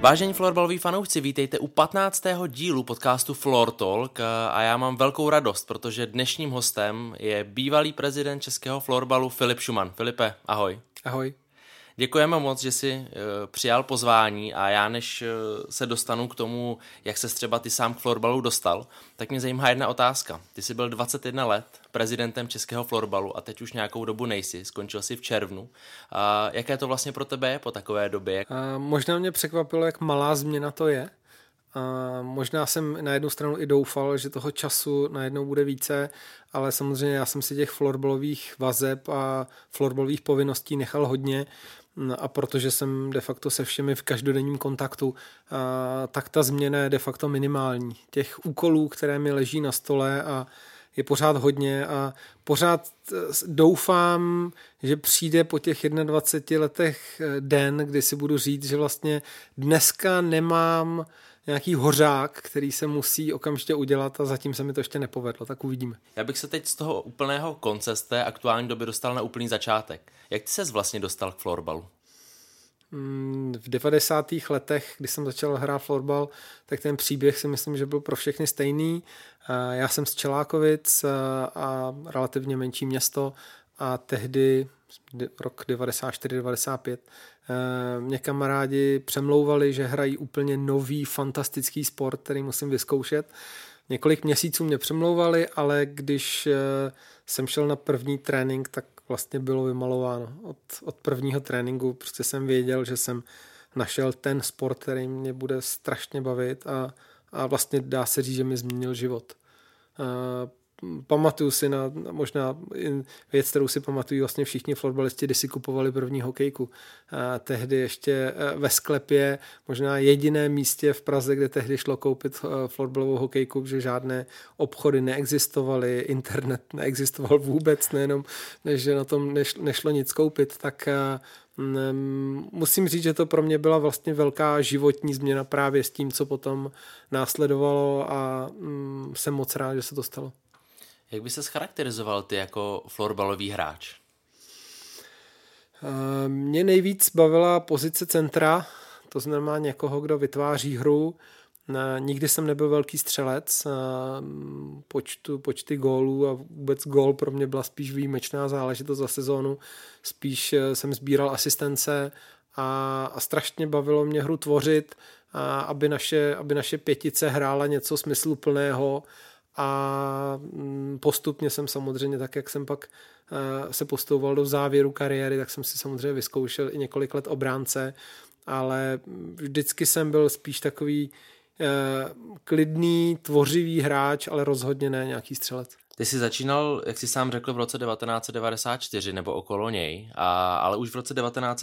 Vážení florbaloví fanoušci, vítejte u 15. dílu podcastu Floor Talk a já mám velkou radost, protože dnešním hostem je bývalý prezident českého florbalu Filip Šuman. Filipe, ahoj. Ahoj. Děkujeme moc, že jsi přijal pozvání a já než se dostanu k tomu, jak ses třeba ty sám k florbalu dostal, tak mě zajímá jedna otázka. Ty jsi byl 21 let prezidentem českého florbalu a teď už nějakou dobu nejsi, skončil jsi v červnu. A jaké to vlastně pro tebe je po takové době? Možná mě překvapilo, jak malá změna to je. Možná jsem na jednu stranu i doufal, že toho času najednou bude více, ale samozřejmě já jsem si těch florbalových vazeb a florbalových povinností nechal hodně a protože jsem de facto se všemi v každodenním kontaktu, tak ta změna je de facto minimální. Těch úkolů, které mi leží na stole a je pořád hodně a pořád doufám, že přijde po těch 21 letech den, kdy si budu říct, že vlastně dneska nemám nějaký hořák, který se musí okamžitě udělat a zatím se mi to ještě nepovedlo, tak uvidíme. Já bych se teď z toho úplného konce, z té aktuální doby dostal na úplný začátek. Jak ty ses vlastně dostal k florbalu? V 90. letech, kdy jsem začal hrát florbal, tak ten příběh si myslím, že byl pro všechny stejný. Já jsem z Čelákovic a relativně menší město a tehdy rok 94-95 mě kamarádi přemlouvali, že hrají úplně nový fantastický sport, který musím vyzkoušet. Několik měsíců mě přemlouvali, ale když jsem šel na první trénink, tak vlastně bylo vymalováno. Od prvního tréninku prostě jsem věděl, že jsem našel ten sport, který mě bude strašně bavit a vlastně dá se říct, že mi změnil život. Pamatuju si na možná věc, kterou si pamatují vlastně všichni florbalisti, když si kupovali první hokejku. Tehdy ještě ve sklepě, možná jediné místě v Praze, kde tehdy šlo koupit florbalovou hokejku, že žádné obchody neexistovaly, internet neexistoval vůbec, nejenom, že na tom nešlo nic koupit, tak musím říct, že to pro mě byla vlastně velká životní změna právě s tím, co potom následovalo a jsem moc rád, že se to stalo. Jak by se charakterizoval ty jako florbalový hráč? Mě nejvíc bavila pozice centra, to znamená někoho, kdo vytváří hru. Nikdy jsem nebyl velký střelec, počty gólů a vůbec gól pro mě byla spíš výjimečná záležitost za sezónu. Spíš jsem sbíral asistence a strašně bavilo mě hru tvořit, aby naše pětice hrála něco smysluplného. A postupně jsem samozřejmě, tak jak jsem pak se postouval do závěru kariéry, tak jsem si samozřejmě vyzkoušel i několik let obránce, ale vždycky jsem byl spíš takový klidný, tvořivý hráč, ale rozhodně ne nějaký střelec. Ty jsi začínal, jak jsi sám řekl, v roce 1994 nebo okolo něj, ale už v roce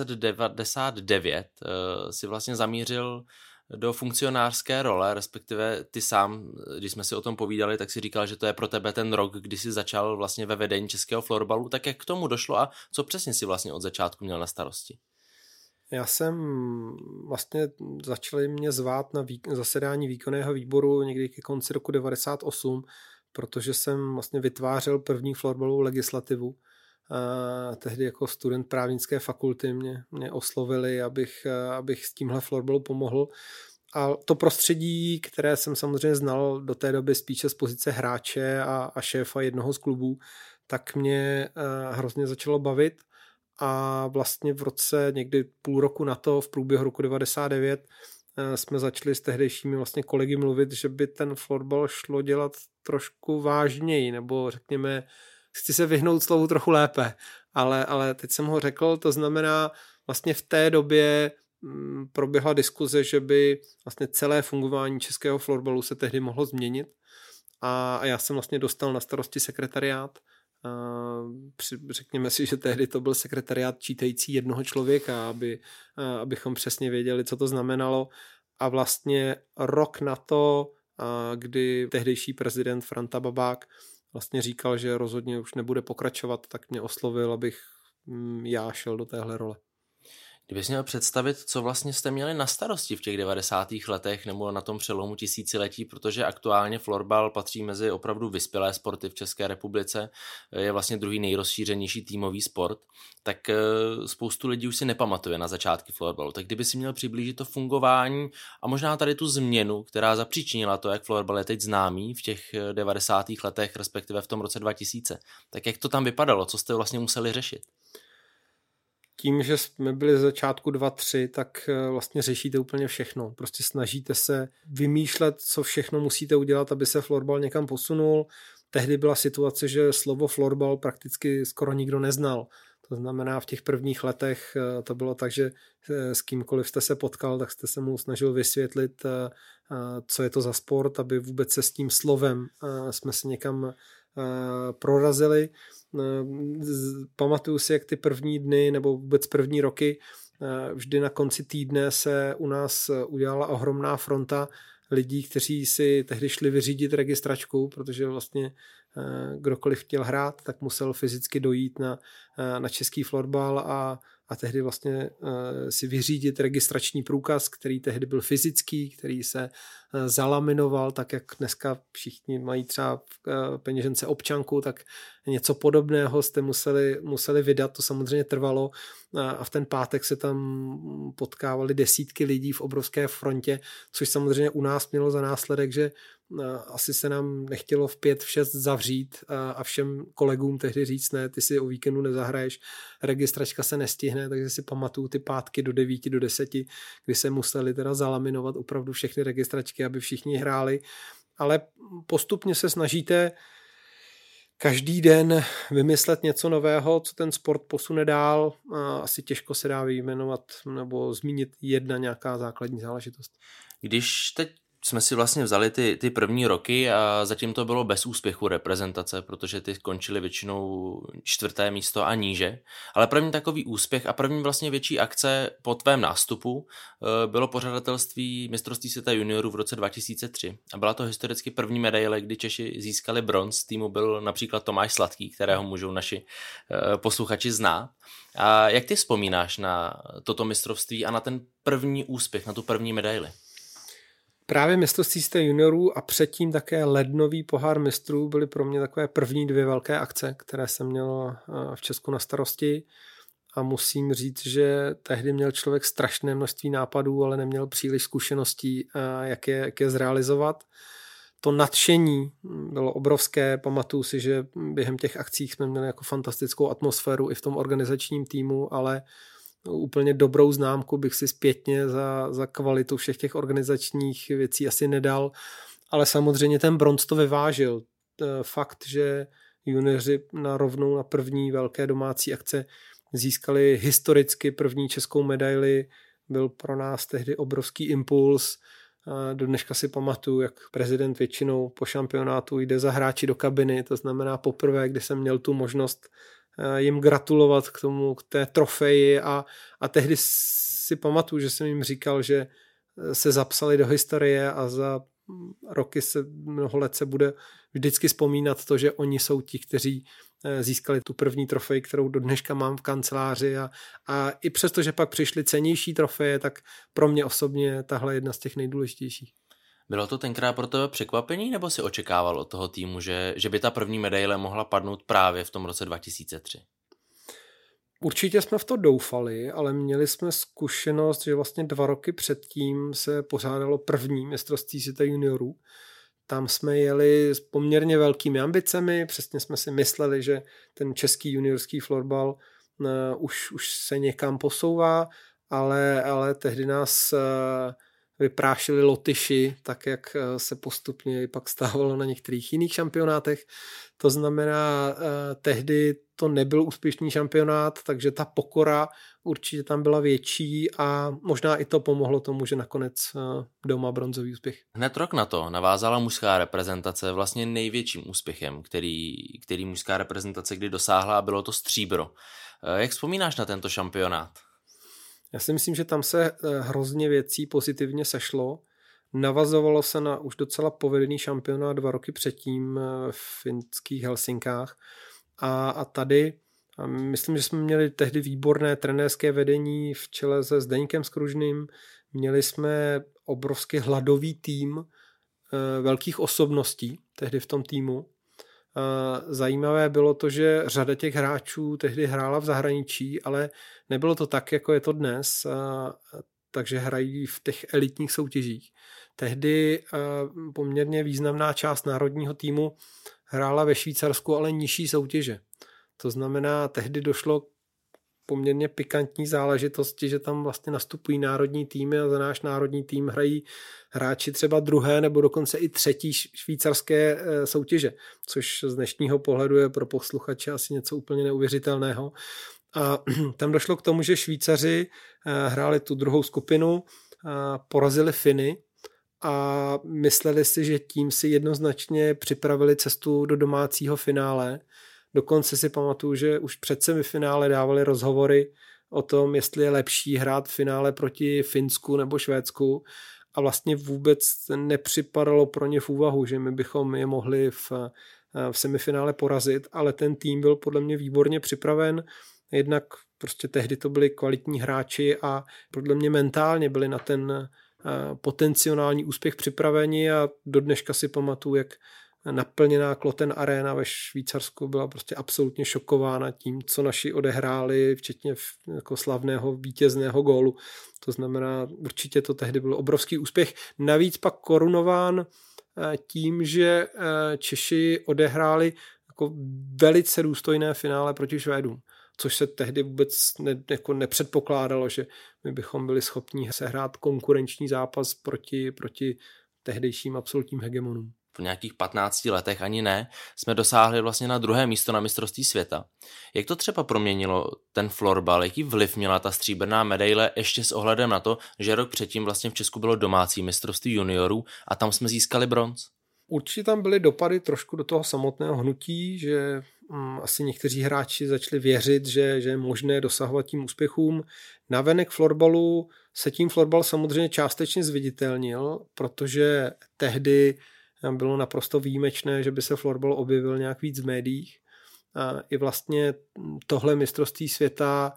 1999 si vlastně zamířil do funkcionářské role, respektive ty sám, když jsme si o tom povídali, tak si říkal, že to je pro tebe ten rok, kdy jsi začal vlastně ve vedení českého florbalu, tak jak k tomu došlo a co přesně si vlastně od začátku měl na starosti? Já jsem vlastně začali mě zvát na zasedání výkonného výboru někdy ke konci roku 98, protože jsem vlastně vytvářel první florbalovou legislativu. Tehdy jako student právnické fakulty mě oslovili, abych s tímhle florbalu pomohl. A to prostředí, které jsem samozřejmě znal do té doby spíše z pozice hráče a šéfa jednoho z klubů, tak mě hrozně začalo bavit. A vlastně v roce někdy půl roku na to, v průběhu roku 99, jsme začali s tehdejšími vlastně kolegy mluvit, že by ten florbal šlo dělat trošku vážněji, nebo řekněme, chci se vyhnout slovu trochu lépe, ale teď jsem ho řekl, to znamená vlastně v té době proběhla diskuze, že by vlastně celé fungování českého florbalu se tehdy mohlo změnit a já jsem vlastně dostal na starosti sekretariát. Řekněme si, že tehdy to byl sekretariát čítající jednoho člověka, abychom přesně věděli, co to znamenalo a vlastně rok na to, kdy tehdejší prezident Franta Babák vlastně říkal, že rozhodně už nebude pokračovat, tak mě oslovil, abych já šel do téhle role. Kdybys měl představit, co vlastně jste měli na starosti v těch 90. letech nebo na tom přelomu tisíciletí, protože aktuálně florbal patří mezi opravdu vyspělé sporty v České republice, je vlastně druhý nejrozšířenější týmový sport, tak spoustu lidí už si nepamatuje na začátky florbalu. Tak kdyby si měl přiblížit to fungování a možná tady tu změnu, která zapříčinila to, jak florbal je teď známý v těch 90. letech, respektive v tom roce 2000, tak jak to tam vypadalo, co jste vlastně museli řešit? Tím, že jsme byli z začátku 2-3, tak vlastně řešíte úplně všechno. Prostě snažíte se vymýšlet, co všechno musíte udělat, aby se florbal někam posunul. Tehdy byla situace, že slovo florbal prakticky skoro nikdo neznal. To znamená, v těch prvních letech to bylo tak, že s kýmkoliv jste se potkal, tak jste se mu snažil vysvětlit, co je to za sport, aby vůbec se s tím slovem jsme se někam prorazili. Pamatuju si, jak ty první dny nebo vůbec první roky, vždy na konci týdne se u nás udělala ohromná fronta lidí, kteří si tehdy šli vyřídit registračku, protože vlastně kdokoliv chtěl hrát, tak musel fyzicky dojít na český florbal a tehdy vlastně si vyřídit registrační průkaz, který tehdy byl fyzický, který se zalaminoval, tak jak dneska všichni mají třeba v peněžence občanku, tak něco podobného jste museli vydat, to samozřejmě trvalo a v ten pátek se tam potkávali desítky lidí v obrovské frontě, což samozřejmě u nás mělo za následek, že asi se nám nechtělo v 5, v 6 zavřít a všem kolegům tehdy říct, ne, ty si o víkendu nezahraješ, registračka se nestihne, takže si pamatuju ty pátky do 9, do 10, kdy se museli teda zalaminovat opravdu všechny registračky, aby všichni hráli, ale postupně se snažíte každý den vymyslet něco nového, co ten sport posune dál. Asi těžko se dá vyjmenovat nebo zmínit jedna nějaká základní záležitost. Když teď jsme si vlastně vzali ty první roky a zatím to bylo bez úspěchu reprezentace, protože ty skončily většinou 4. místo a níže. Ale první takový úspěch a první vlastně větší akce po tvém nástupu bylo pořadatelství mistrovství světa juniorů v roce 2003. A byla to historicky první medaile, kdy Češi získali bronz. Týmu byl například Tomáš Sladký, kterého můžou naši posluchači znát. A jak ty vzpomínáš na toto mistrovství a na ten první úspěch, na tu první medaili? Právě mistrovství světa juniorů a předtím také lednový pohár mistrů byly pro mě takové první 2 velké akce, které jsem měl v Česku na starosti a musím říct, že tehdy měl člověk strašné množství nápadů, ale neměl příliš zkušeností, jak je zrealizovat. To nadšení bylo obrovské, pamatuju si, že během těch akcí jsme měli jako fantastickou atmosféru i v tom organizačním týmu, ale úplně dobrou známku bych si zpětně za kvalitu všech těch organizačních věcí asi nedal, ale samozřejmě ten bronz to vyvážil. Fakt, že junioři rovnou na první velké domácí akce získali historicky první českou medaili, byl pro nás tehdy obrovský impuls. Do dneška si pamatuju, jak prezident většinou po šampionátu jde za hráči do kabiny, to znamená poprvé, kdy jsem měl tu možnost jim gratulovat k té trofeji a tehdy si pamatuju, že jsem jim říkal, že se zapsali do historie a za roky mnoho let se bude vždycky vzpomínat to, že oni jsou ti, kteří získali tu první trofej, kterou do dneška mám v kanceláři a i přesto, že pak přišly cennější trofeje, tak pro mě osobně tahle je jedna z těch nejdůležitějších. Bylo to tenkrát pro tebe překvapení, nebo si očekával od toho týmu, že by ta první medaile mohla padnout právě v tom roce 2003? Určitě jsme v to doufali, ale měli jsme zkušenost, že vlastně 2 roky předtím se pořádalo první mistrovství světa juniorů. Tam jsme jeli s poměrně velkými ambicemi, přesně jsme si mysleli, že ten český juniorský florbal už se někam posouvá, ale tehdy nás vyprášili Lotyši, tak jak se postupně pak stávalo na některých jiných šampionátech. To znamená, tehdy to nebyl úspěšný šampionát, takže ta pokora určitě tam byla větší a možná i to pomohlo tomu, že nakonec doma bronzový úspěch. Hned rok na to navázala mužská reprezentace vlastně největším úspěchem, který mužská reprezentace kdy dosáhla, a bylo to stříbro. Jak vzpomínáš na tento šampionát? Já si myslím, že tam se hrozně věcí pozitivně sešlo. Navazovalo se na už docela povedený šampionát 2 roky předtím v finských Helsinkách a tady A myslím, že jsme měli tehdy výborné trenérské vedení v čele se Zdeňkem Skružným. Měli jsme obrovský hladový tým velkých osobností tehdy v tom týmu. Zajímavé bylo to, že řada těch hráčů tehdy hrála v zahraničí, ale nebylo to tak, jako je to dnes, takže hrají v těch elitních soutěžích. Tehdy poměrně významná část národního týmu hrála ve Švýcarsku, ale nižší soutěže. To znamená, tehdy došlo poměrně pikantní záležitosti, že tam vlastně nastupují národní týmy a za náš národní tým hrají hráči třeba druhé nebo dokonce i třetí švýcarské soutěže, což z dnešního pohledu je pro posluchače asi něco úplně neuvěřitelného. A tam došlo k tomu, že Švýcaři hráli tu druhou skupinu, porazili Finy a mysleli si, že tím si jednoznačně připravili cestu do domácího finále. Dokonce si pamatuju, že už před semifinále dávali rozhovory o tom, jestli je lepší hrát v finále proti Finsku nebo Švédsku a vlastně vůbec nepřipadalo pro ně v úvahu, že my bychom je mohli v semifinále porazit, ale ten tým byl podle mě výborně připraven, jednak prostě tehdy to byli kvalitní hráči a podle mě mentálně byli na ten potenciální úspěch připraveni a do dneška si pamatuju, jak naplněná Kloten Arena ve Švýcarsku byla prostě absolutně šokována tím, co naši odehráli, včetně jako slavného vítězného gólu. To znamená, určitě to tehdy byl obrovský úspěch. Navíc pak korunován tím, že Češi odehráli jako velice důstojné finále proti Švédům, což se tehdy vůbec nepředpokládalo, že my bychom byli schopni sehrát konkurenční zápas proti tehdejším absolutním hegemonům. Po nějakých 15 letech ani ne, jsme dosáhli vlastně na druhé místo na mistrovství světa. Jak to třeba proměnilo ten florbal, jaký vliv měla ta stříbrná medaile ještě s ohledem na to, že rok předtím vlastně v Česku bylo domácí mistrovství juniorů a tam jsme získali bronz? Určitě tam byly dopady trošku do toho samotného hnutí, že asi někteří hráči začali věřit, že je možné dosahovat tím úspěchům. Navenek florbalu se tím florbal samozřejmě částečně zviditelnil, protože tehdy bylo naprosto výjimečné, že by se florbal objevil nějak víc v médiích. A i vlastně tohle mistrovství světa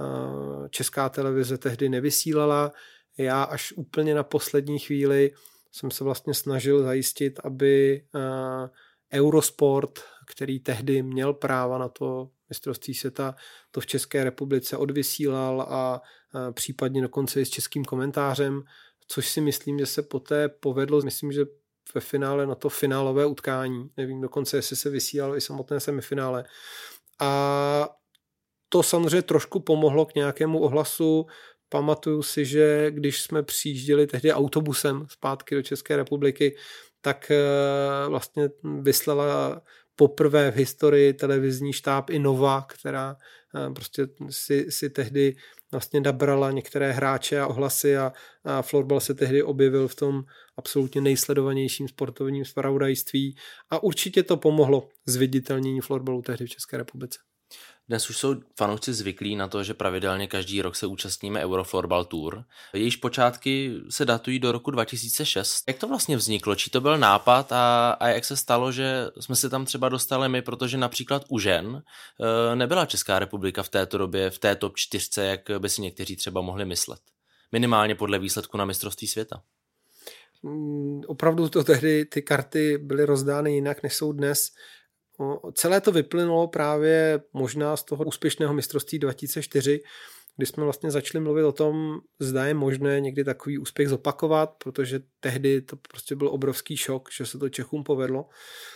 Česká televize tehdy nevysílala. Já až úplně na poslední chvíli jsem se vlastně snažil zajistit, aby Eurosport, který tehdy měl práva na to mistrovství světa, to v České republice odvysílal a případně dokonce i s českým komentářem, což si myslím, že se poté povedlo. Myslím, že ve finále na to finálové utkání. Nevím dokonce, jestli se vysílalo i samotné semifinále. A to samozřejmě trošku pomohlo k nějakému ohlasu. Pamatuju si, že když jsme přijížděli tehdy autobusem zpátky do České republiky, tak vlastně vyslala poprvé v historii televizní štáb i Nova, která prostě si tehdy vlastně nabrala některé hráče a ohlasy a florbal se tehdy objevil v tom absolutně nejsledovanějším sportovním zpravodajství a určitě to pomohlo zviditelnění florbalu tehdy v České republice. Dnes už jsou fanoušci zvyklí na to, že pravidelně každý rok se účastníme Euroflorbal Tour. Jejíž počátky se datují do roku 2006. Jak to vlastně vzniklo? Či to byl nápad a jak se stalo, že jsme se tam třeba dostali my, protože například u žen nebyla Česká republika v této době v té top 4, jak by si někteří třeba mohli myslet. Minimálně podle výsledku na mistrovství světa. Opravdu to tehdy ty karty byly rozdány jinak, než jsou dnes. Celé to vyplynulo právě možná z toho úspěšného mistrovství 2004, kdy jsme vlastně začali mluvit o tom, zda je možné někdy takový úspěch zopakovat, protože tehdy to prostě byl obrovský šok, že se to Čechům povedlo.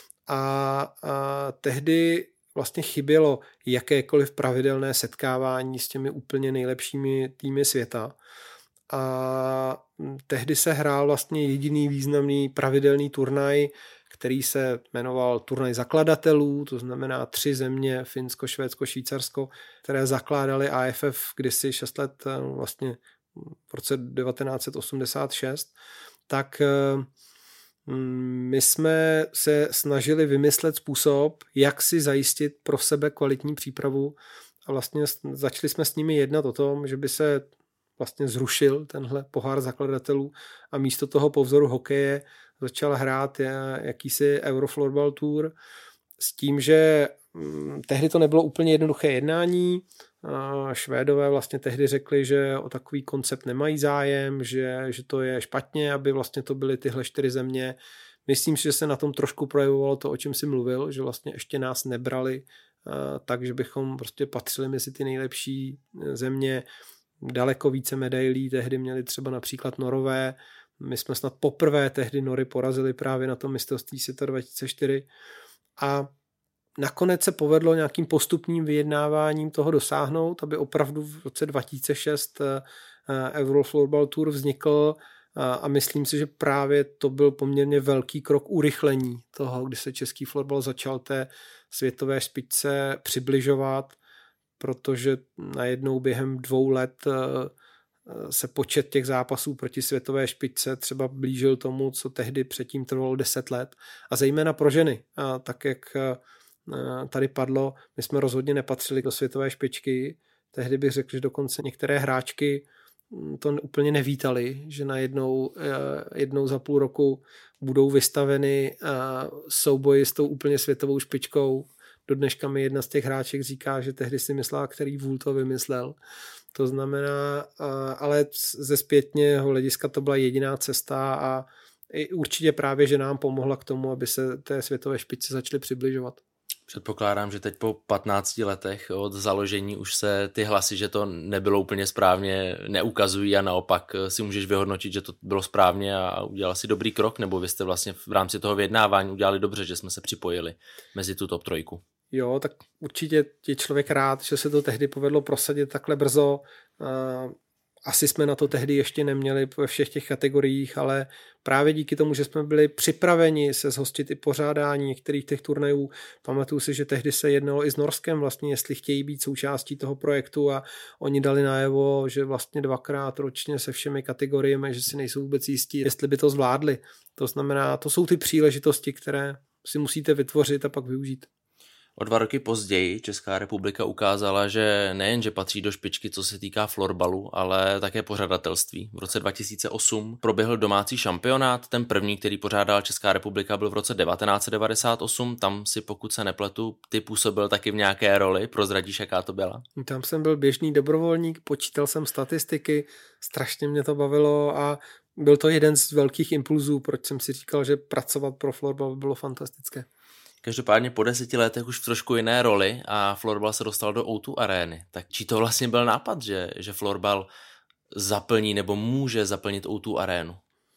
A tehdy vlastně chybělo jakékoliv pravidelné setkávání s těmi úplně nejlepšími týmy světa. A tehdy se hrál vlastně jediný významný pravidelný turnaj, který se jmenoval turnaj zakladatelů, to znamená 3 země, Finsko, Švédsko, Švýcarsko, které zakládaly AFF kdysi 6 let vlastně v roce 1986, tak my jsme se snažili vymyslet způsob, jak si zajistit pro sebe kvalitní přípravu a vlastně začali jsme s nimi jednat o tom, že by se vlastně zrušil tenhle pohár zakladatelů a místo toho po vzoru hokeje začal hrát jakýsi Euroflorbal Tour s tím, že tehdy to nebylo úplně jednoduché jednání. Švédové vlastně tehdy řekli, že o takový koncept nemají zájem, že to je špatně, aby vlastně to byly tyhle 4 země. Myslím si, že se na tom trošku projevovalo to, o čem si mluvil, že vlastně ještě nás nebrali tak, že bychom prostě patřili mezi ty nejlepší země. Daleko více medailí tehdy měli třeba například Norové. My jsme snad poprvé tehdy Nory porazili právě na tom mistrovství světa 2004 a nakonec se povedlo nějakým postupným vyjednáváním toho dosáhnout, aby opravdu v roce 2006 Euro Floorball Tour vznikl a myslím si, že právě to byl poměrně velký krok urychlení toho, kdy se český florbal začal té světové špičce přibližovat, protože najednou během 2 let se počet těch zápasů proti světové špičce třeba blížil tomu, co tehdy předtím trvalo 10 let. A zejména pro ženy. A tak, jak tady padlo, my jsme rozhodně nepatřili do světové špičky. Tehdy bych řekl, že dokonce některé hráčky to úplně nevítali, že najednou jednou za půl roku budou vystaveny souboji s tou úplně světovou špičkou. Do dneška mi jedna z těch hráček říká, že tehdy si myslela, který vůl to vymyslel. To znamená, ale ze zpětného hlediska to byla jediná cesta a určitě právě, že nám pomohla k tomu, aby se té světové špičce začaly přibližovat. Předpokládám, že teď po 15 letech od založení už se ty hlasy, že to nebylo úplně správně, neukazují a naopak si můžeš vyhodnotit, že to bylo správně a udělal si dobrý krok, nebo vy jste vlastně v rámci toho vyjednávání udělali dobře, že jsme se připojili mezi tu top 3. Jo, tak určitě je člověk rád, že se to tehdy povedlo prosadit takhle brzo. Asi jsme na to tehdy ještě neměli ve všech těch kategoriích, ale právě díky tomu, že jsme byli připraveni se zhostit i pořádání některých těch turnajů. Pamatuju si, že tehdy se jednalo i s Norskem vlastně, jestli chtějí být součástí toho projektu a oni dali najevo, že vlastně 2krát ročně se všemi kategoriemi, že si nejsou vůbec jistí, jestli by to zvládli. To znamená, to jsou ty příležitosti, které si musíte vytvořit a pak využít. O 2 roky později Česká republika ukázala, že nejenže patří do špičky, co se týká florbalu, ale také pořadatelství. V roce 2008 proběhl domácí šampionát, ten první, který pořádala Česká republika, byl v roce 1998, tam si, pokud se nepletu, ty působil taky v nějaké roli, prozradíš, jaká to byla? Tam jsem byl běžný dobrovolník, počítal jsem statistiky, strašně mě to bavilo a byl to jeden z velkých impulzů, proč jsem si říkal, že pracovat pro florbal bylo fantastické. Každopádně po 10 letech už v trošku jiné roli a florbal se dostal do O2 arény. Tak čí to vlastně byl nápad, že florbal zaplní nebo může zaplnit O2 arénu?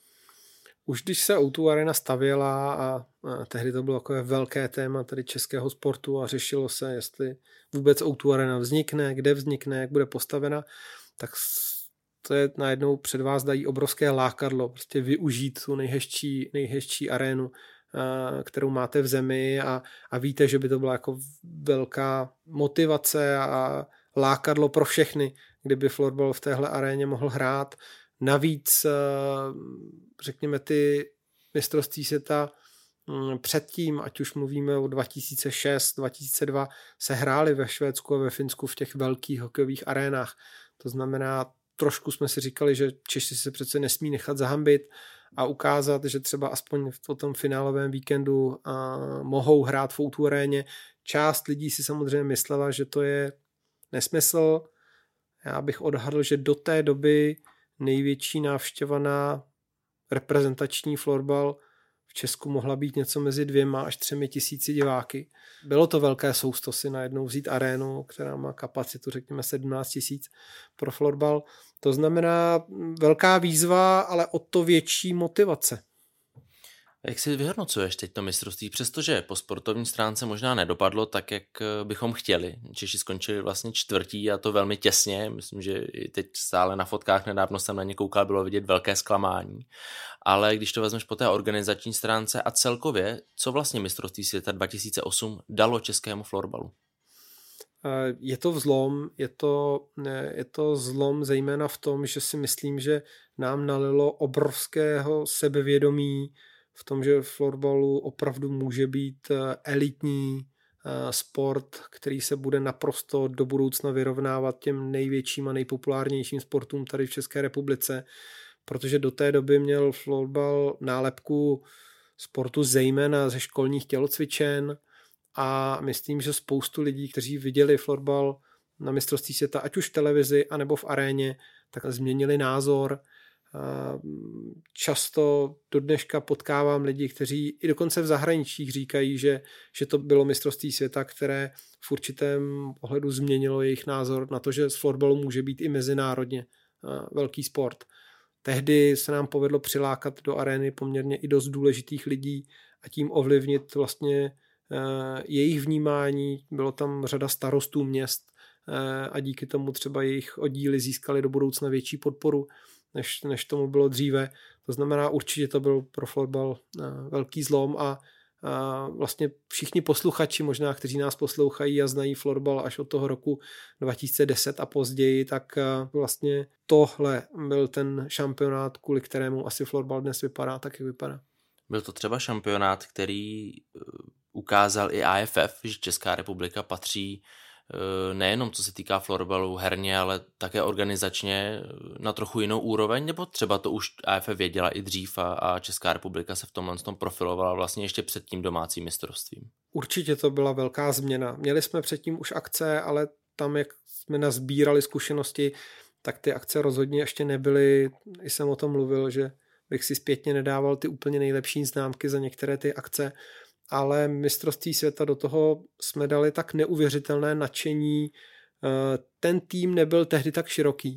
Už když se O2 arena stavěla a tehdy to bylo takové velké téma tady českého sportu a řešilo se, jestli vůbec O2 arena vznikne, kde vznikne, jak bude postavena, tak to je najednou před vás dají obrovské lákadlo, prostě využít tu nejhezčí arénu, kterou máte v zemi a víte, že by to byla jako velká motivace a lákadlo pro všechny, kdyby florbal v téhle aréně mohl hrát. Navíc, řekněme, ty mistrovství světa předtím, ať už mluvíme o 2006, 2002, se hrály ve Švédsku a ve Finsku v těch velkých hokejových arénách. To znamená, trošku jsme si říkali, že Češi se přece nesmí nechat zahambit a ukázat, že třeba aspoň v tom finálovém víkendu mohou hrát v O2 aréně. Část lidí si samozřejmě myslela, že to je nesmysl. Já bych odhadl, že do té doby největší návštěva na reprezentační florbal v Česku mohla být něco mezi 2 až 3 tisíci diváky. Bylo to velké sousto si najednou vzít arénu, která má kapacitu, řekněme, 17 tisíc pro florbal. To znamená velká výzva, ale o to větší motivace. Jak si vyhodnocuješ teď to mistrovství? Přestože po sportovní stránce možná nedopadlo tak, jak bychom chtěli. Češi skončili vlastně 4. a to velmi těsně. Myslím, že i teď stále na fotkách nedávno jsem na ně koukal, bylo vidět velké zklamání. Ale když to vezmeš po té organizační stránce a celkově, co vlastně mistrovství světa 2008 dalo českému florbalu? Je to vzlom, je to zlom zejména v tom, že si myslím, že nám nalilo obrovského sebevědomí v tom, že florbalu opravdu může být elitní sport, který se bude naprosto do budoucna vyrovnávat těm největším a nejpopulárnějším sportům tady v České republice, protože do té doby měl florbal nálepku sportu zejména ze školních tělocvičen a myslím, že spoustu lidí, kteří viděli florbal na mistrovství světa, ať už v televizi, anebo v aréně, tak změnili názor. Často do dneška potkávám lidi, kteří i dokonce v zahraničích říkají, že to bylo mistrovství světa, které v určitém ohledu změnilo jejich názor na to, že z florbalu může být i mezinárodně velký sport. Tehdy se nám povedlo přilákat do arény poměrně i dost důležitých lidí a tím ovlivnit vlastně jejich vnímání. Bylo tam řada starostů měst a díky tomu třeba jejich oddíly získaly do budoucna větší podporu, než tomu bylo dříve. To znamená, určitě to byl pro florbal velký zlom a vlastně všichni posluchači možná, kteří nás poslouchají a znají florbal až od toho roku 2010 a později, tak vlastně tohle byl ten šampionát, kvůli kterému asi florbal dnes vypadá tak, jak vypadá. Byl to třeba šampionát, který ukázal i AFF, že Česká republika patří nejenom co se týká florbalu herně, ale také organizačně na trochu jinou úroveň, nebo třeba to už AFF věděla i dřív a Česká republika se v tomhle profilovala vlastně ještě před tím domácím mistrovstvím? Určitě to byla velká změna. Měli jsme předtím už akce, ale tam, jak jsme nazbírali zkušenosti, tak ty akce rozhodně ještě nebyly. I jsem o tom mluvil, že bych si zpětně nedával ty úplně nejlepší známky za některé ty akce, ale mistrovství světa do toho jsme dali tak neuvěřitelné nadšení. Ten tým nebyl tehdy tak široký.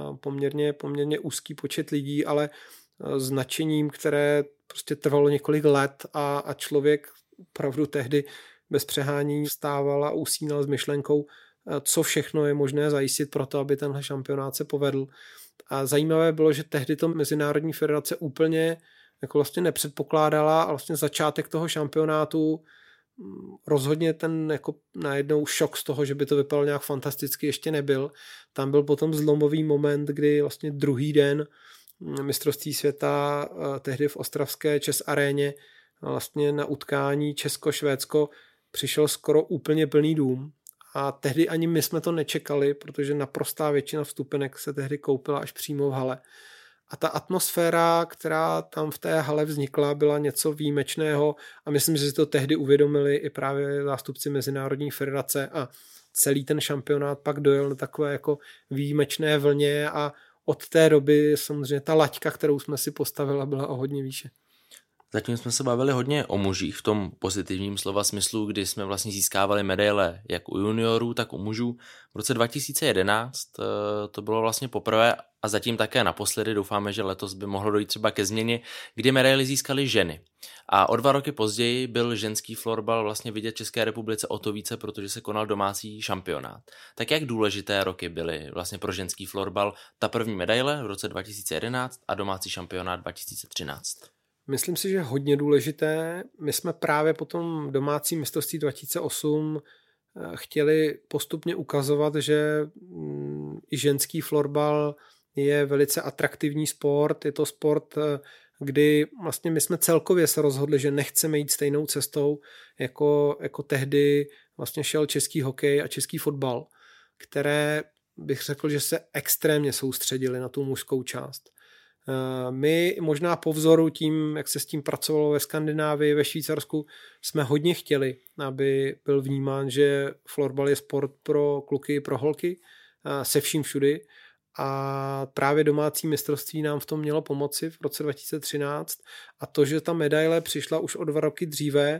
Poměrně úzký počet lidí, ale s nadšením, které prostě trvalo několik let a člověk opravdu tehdy bez přehání vstával a usínal s myšlenkou, co všechno je možné zajistit pro to, aby tenhle šampionát se povedl. A zajímavé bylo, že tehdy to Mezinárodní federace úplně jako vlastně nepředpokládala a vlastně začátek toho šampionátu rozhodně ten jako najednou šok z toho, že by to vypadalo nějak fantasticky, ještě nebyl. Tam byl potom zlomový moment, kdy vlastně druhý den mistrovství světa tehdy v ostravské ČEZ aréně vlastně na utkání Česko-Švédsko přišel skoro úplně plný dům. A tehdy ani my jsme to nečekali, protože naprostá většina vstupenek se tehdy koupila až přímo v hale. A ta atmosféra, která tam v té hale vznikla, byla něco výjimečného a myslím, že si to tehdy uvědomili i právě zástupci Mezinárodní federace a celý ten šampionát pak dojel na takové jako výjimečné vlně a od té doby samozřejmě ta laťka, kterou jsme si postavili, byla o hodně výše. Zatím jsme se bavili hodně o mužích v tom pozitivním slova smyslu, kdy jsme vlastně získávali medaile jak u juniorů, tak u mužů. V roce 2011 to bylo vlastně poprvé a zatím také naposledy, doufáme, že letos by mohlo dojít třeba ke změně, kdy medaily získaly ženy. A o 2 roky později byl ženský florbal vlastně vidět v České republice o to více, protože se konal domácí šampionát. Tak jak důležité roky byly vlastně pro ženský florbal ta první medaile v roce 2011 a domácí šampionát 2013? Myslím si, že hodně důležité. My jsme právě po tom domácím mistrovství 2008 chtěli postupně ukazovat, že i ženský florbal je velice atraktivní sport. Je to sport, kdy vlastně my jsme celkově se rozhodli, že nechceme jít stejnou cestou, jako tehdy vlastně šel český hokej a český fotbal, které bych řekl, že se extrémně soustředili na tu mužskou část. My možná po vzoru tím, jak se s tím pracovalo ve Skandinávii, ve Švýcarsku, jsme hodně chtěli, aby byl vnímán, že florbal je sport pro kluky, pro holky, se vším všudy. A právě domácí mistrovství nám v tom mělo pomoci v roce 2013 a to, že ta medaile přišla už o 2 roky dříve,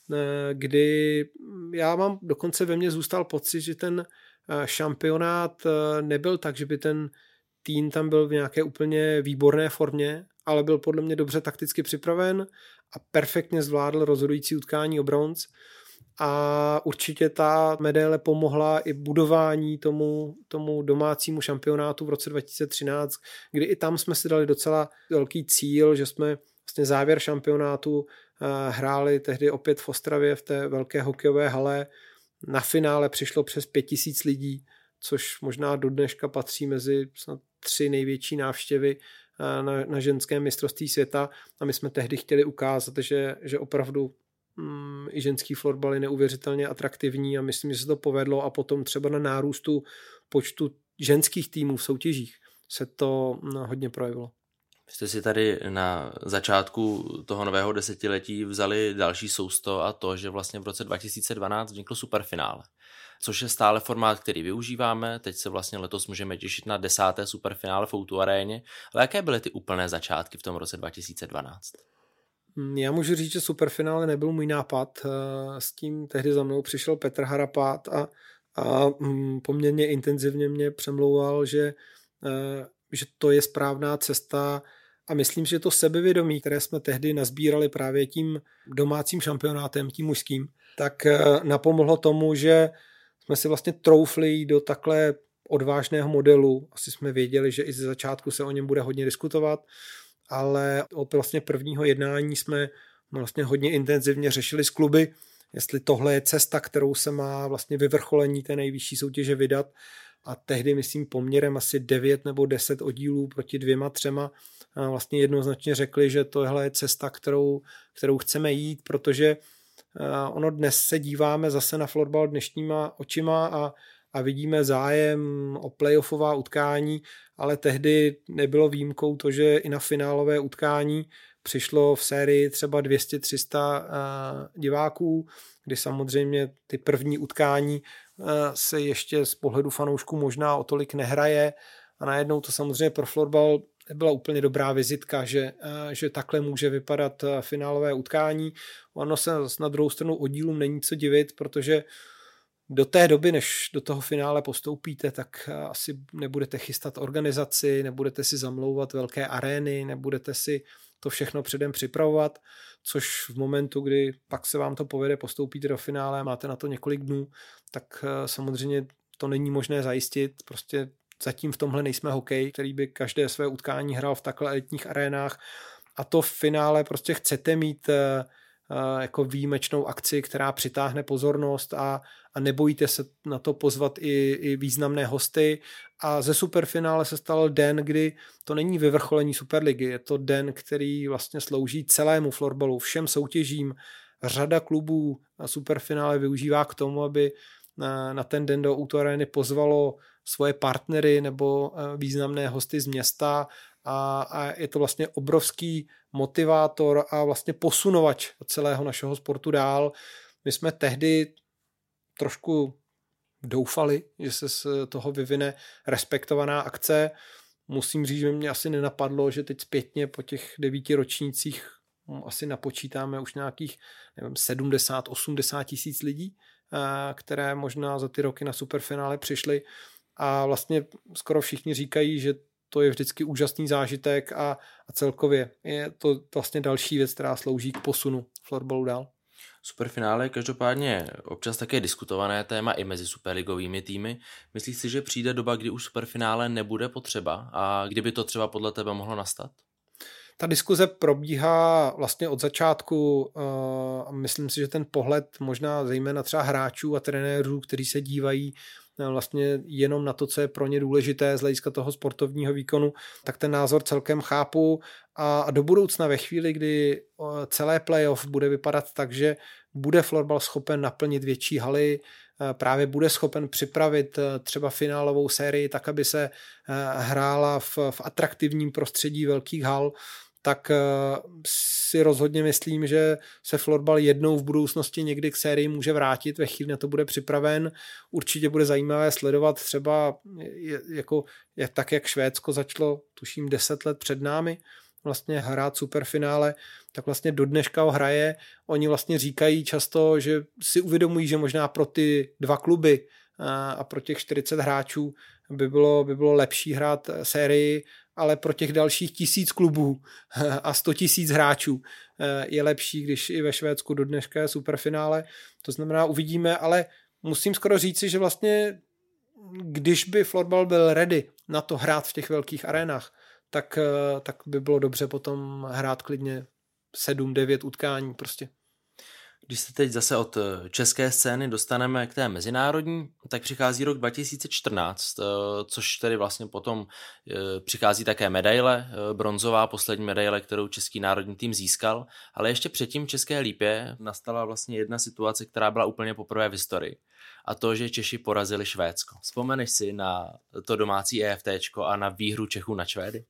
kdy já mám dokonce ve mně zůstal pocit, že ten šampionát nebyl tak, že by ten tým tam byl v nějaké úplně výborné formě, ale byl podle mě dobře takticky připraven a perfektně zvládl rozhodující utkání o bronz. A určitě ta medaile pomohla i budování tomu domácímu šampionátu v roce 2013, kdy i tam jsme si dali docela velký cíl, že jsme vlastně závěr šampionátu hráli tehdy opět v Ostravě v té velké hokejové hale. Na finále přišlo přes 5000 lidí, což možná do dneška patří mezi 3 největší návštěvy na ženském mistrovství světa a my jsme tehdy chtěli ukázat, že opravdu i ženský florbal je neuvěřitelně atraktivní a myslím, že se to povedlo a potom třeba na nárůstu počtu ženských týmů v soutěžích se to hodně projevilo. Jste si tady na začátku toho nového desetiletí vzali další sousto a to, že vlastně v roce 2012 vzniklo superfinále, což je stále formát, který využíváme. Teď se vlastně letos můžeme těšit na 10. superfinále v O2 aréně. Ale jaké byly ty úplné začátky v tom roce 2012? Já můžu říct, že superfinále nebyl můj nápad. S tím tehdy za mnou přišel Petr Harapát a poměrně intenzivně mě přemlouval, že to je správná cesta a myslím, že to sebevědomí, které jsme tehdy nazbírali právě tím domácím šampionátem, tím mužským, tak napomohlo tomu, že jsme si vlastně troufli jít do takhle odvážného modelu. Asi jsme věděli, že i ze začátku se o něm bude hodně diskutovat, ale od vlastně prvního jednání jsme vlastně hodně intenzivně řešili s kluby, jestli tohle je cesta, kterou se má vlastně vyvrcholení té nejvyšší soutěže vydat. A tehdy, myslím, poměrem asi 9 nebo 10 oddílů proti 2, 3 vlastně jednoznačně řekli, že tohle je cesta, kterou chceme jít, protože ono dnes se díváme zase na florbal dnešníma očima a vidíme zájem o playoffová utkání, ale tehdy nebylo výjimkou to, že i na finálové utkání přišlo v sérii třeba 200-300 diváků, kdy samozřejmě ty první utkání se ještě z pohledu fanoušků možná o tolik nehraje a najednou to samozřejmě pro florbal byla úplně dobrá vizitka, že takhle může vypadat finálové utkání. Ono se na druhou stranu oddílům není co divit, protože do té doby, než do toho finále postoupíte, tak asi nebudete chystat organizaci, nebudete si zamlouvat velké arény, nebudete si to všechno předem připravovat, což v momentu, kdy pak se vám to povede, postoupíte do finále a máte na to několik dnů, tak samozřejmě to není možné zajistit. Prostě zatím v tomhle nejsme hokej, který by každé své utkání hrál v takhle elitních arénách a to v finále prostě chcete mít jako výjimečnou akci, která přitáhne pozornost a nebojíte se na to pozvat i významné hosty a ze superfinále se stal den, kdy to není vyvrcholení Superligy, je to den, který vlastně slouží celému florbalu, všem soutěžím. Řada klubů na superfinále využívá k tomu, aby na ten den do O2 arény pozvalo svoje partnery nebo významné hosty z města a je to vlastně obrovský motivátor a vlastně posunovač celého našeho sportu dál. My jsme tehdy trošku doufali, že se z toho vyvine respektovaná akce. Musím říct, že mě asi nenapadlo, že teď zpětně po těch 9 ročnících asi napočítáme už nějakých 70-80 tisíc lidí, které možná za ty roky na superfinále přišly a vlastně skoro všichni říkají, že to je vždycky úžasný zážitek a celkově je to vlastně další věc, která slouží k posunu florbalu dál. Superfinále je každopádně občas také diskutované téma i mezi superligovými týmy. Myslíš si, že přijde doba, kdy už superfinále nebude potřeba a kdyby to třeba podle tebe mohlo nastat? Ta diskuze probíhá vlastně od začátku a myslím si, že ten pohled možná zejména třeba hráčů a trenérů, kteří se dívají vlastně jenom na to, co je pro ně důležité z hlediska toho sportovního výkonu, tak ten názor celkem chápu a do budoucna ve chvíli, kdy celé playoff bude vypadat tak, že bude florbal schopen naplnit větší haly, právě bude schopen připravit třeba finálovou sérii tak, aby se hrála v atraktivním prostředí velkých hal, tak si rozhodně myslím, že se florbal jednou v budoucnosti někdy k sérii může vrátit, ve chvíli na to bude připraven. Určitě bude zajímavé sledovat třeba tak, jak Švédsko začalo, tuším 10 let před námi, vlastně hrát superfinále, tak vlastně do dneška ho hraje. Oni vlastně říkají často, že si uvědomují, že možná pro ty 2 kluby a pro těch 40 hráčů by bylo lepší hrát sérii, ale pro těch dalších 1000 klubů a 100 000 hráčů je lepší, když i ve Švédsku do dneška je superfinále. To znamená, uvidíme, ale musím skoro říci, že vlastně když by florbal byl ready na to hrát v těch velkých arénách, tak by bylo dobře potom hrát klidně 7-9 utkání prostě. Když se teď zase od české scény dostaneme k té mezinárodní, tak přichází rok 2014, což tedy vlastně potom přichází také medaile, bronzová poslední medaile, kterou český národní tým získal, ale ještě předtím v České Lípě nastala vlastně jedna situace, která byla úplně poprvé v historii. A to, že Češi porazili Švédsko. Vzpomeneš si na to domácí EFTčko a na výhru Čechů na Švédy?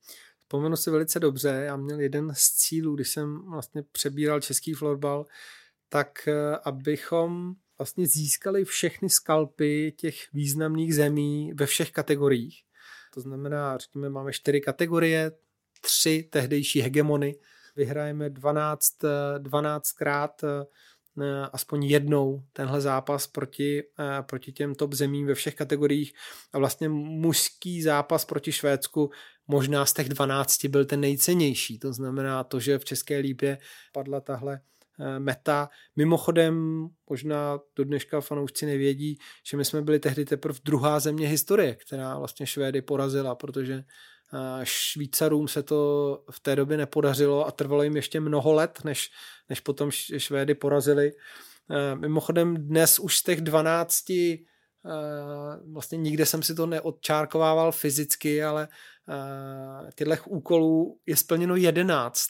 Vzpomenu si velice dobře, já měl jeden z cílů, když jsem vlastně přebíral český florbal, tak abychom vlastně získali všechny skalpy těch významných zemí ve všech kategoriích. To znamená, řekněme, máme 4 kategorie, 3 tehdejší hegemony, vyhrajeme 12krát aspoň jednou tenhle zápas proti těm top zemím ve všech kategoriích a vlastně mužský zápas proti Švédsku možná z těch 12 byl ten nejcennější. To znamená to, že v České Lípě padla tahle meta. Mimochodem, možná do dneška fanoušci nevědí, že my jsme byli tehdy teprve druhá země historie, která vlastně Švédy porazila, protože Švýcarům se to v té době nepodařilo a trvalo jim ještě mnoho let, než potom Švédy porazili. Mimochodem dnes už z těch 12 vlastně nikde jsem si to neodčárkovával fyzicky, ale těchto úkolů je splněno 11.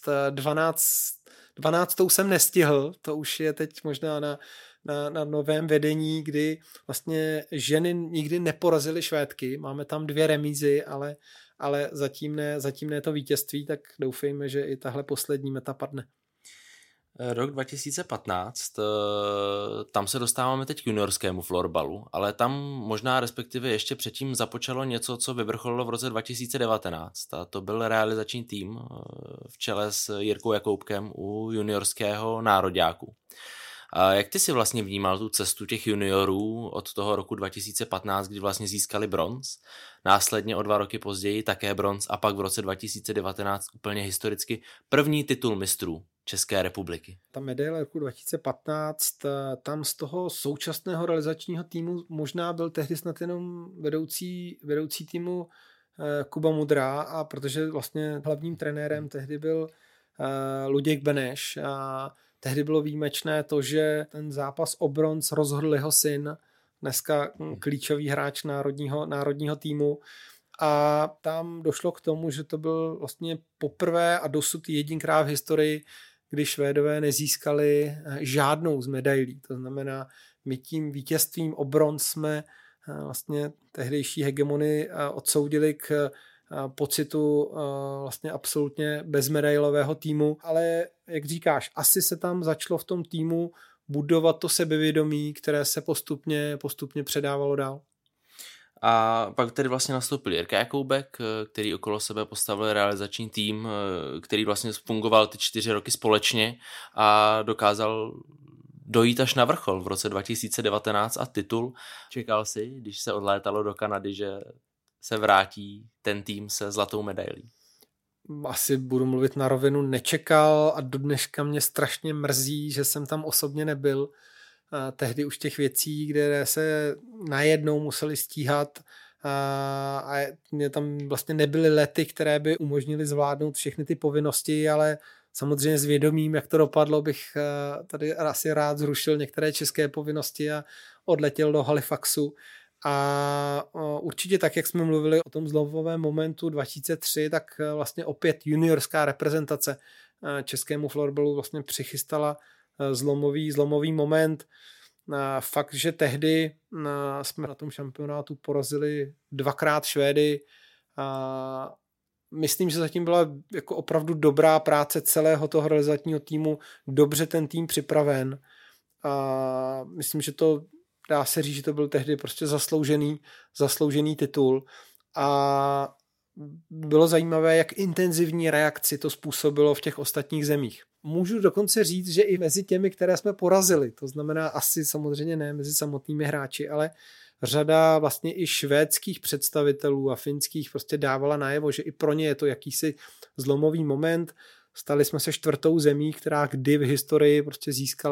12 jsem nestihl, to už je teď možná na novém vedení, kdy vlastně ženy nikdy neporazily Švédky. Máme tam 2 remízy, ale zatím ne to vítězství, tak doufejme, že i tahle poslední meta padne. Rok 2015, tam se dostáváme teď k juniorskému florbalu, ale tam možná respektive ještě předtím započalo něco, co vyvrcholilo v roce 2019 a to byl realizační tým v čele s Jirkou Jakoubkem u juniorského nároďáku. A jak ty si vlastně vnímal tu cestu těch juniorů od toho roku 2015, kdy vlastně získali bronz, následně o 2 roky později také bronz a pak v roce 2019 úplně historicky první titul mistrů České republiky? Ta medaile roku 2015, tam z toho současného realizačního týmu možná byl tehdy snad jenom vedoucí týmu Kuba Mudrá, a protože vlastně hlavním trenérem tehdy byl Luděk Beneš a tehdy bylo výjimečné to, že ten zápas o bronz rozhodl jeho syn, dneska klíčový hráč národního týmu. A tam došlo k tomu, že to byl vlastně poprvé a dosud jedinkrát v historii, kdy Švédové nezískali žádnou z medailí. To znamená, my tím vítězstvím o bronz jsme vlastně tehdejší hegemony odsoudili k pocitu vlastně absolutně bezmedailového týmu, ale jak říkáš, asi se tam začalo v tom týmu budovat to sebevědomí, které se postupně předávalo dál. A pak tedy vlastně nastoupil Jirka Jakoubek, který okolo sebe postavil realizační tým, který vlastně fungoval ty 4 roky společně a dokázal dojít až na vrchol v roce 2019 a titul. Čekal si, když se odlétalo do Kanady, že se vrátí ten tým se zlatou medailí? Asi budu mluvit na rovinu, nečekal a do dneška mě strašně mrzí, že jsem tam osobně nebyl. Tehdy už těch věcí, které se najednou museli stíhat a mě tam vlastně nebyly lety, které by umožnily zvládnout všechny ty povinnosti, ale samozřejmě s vědomím, jak to dopadlo, bych tady asi rád zrušil některé české povinnosti a odletěl do Halifaxu. A určitě tak, jak jsme mluvili o tom zlomovém momentu 2003, tak vlastně opět juniorská reprezentace českému florbalu vlastně přichystala zlomový moment. Fakt, že tehdy jsme na tom šampionátu porazili 2krát Švédy. Myslím, že zatím byla jako opravdu dobrá práce celého toho realizačního týmu, dobře ten tým připraven. Myslím, že to dá se říct, že to byl tehdy prostě zasloužený titul. A bylo zajímavé, jak intenzivní reakci to způsobilo v těch ostatních zemích. Můžu dokonce říct, že i mezi těmi, které jsme porazili, to znamená asi samozřejmě ne mezi samotnými hráči, ale řada vlastně i švédských představitelů a finských prostě dávala najevo, že i pro ně je to jakýsi zlomový moment. Stali jsme se 4. zemí, která kdy v historii prostě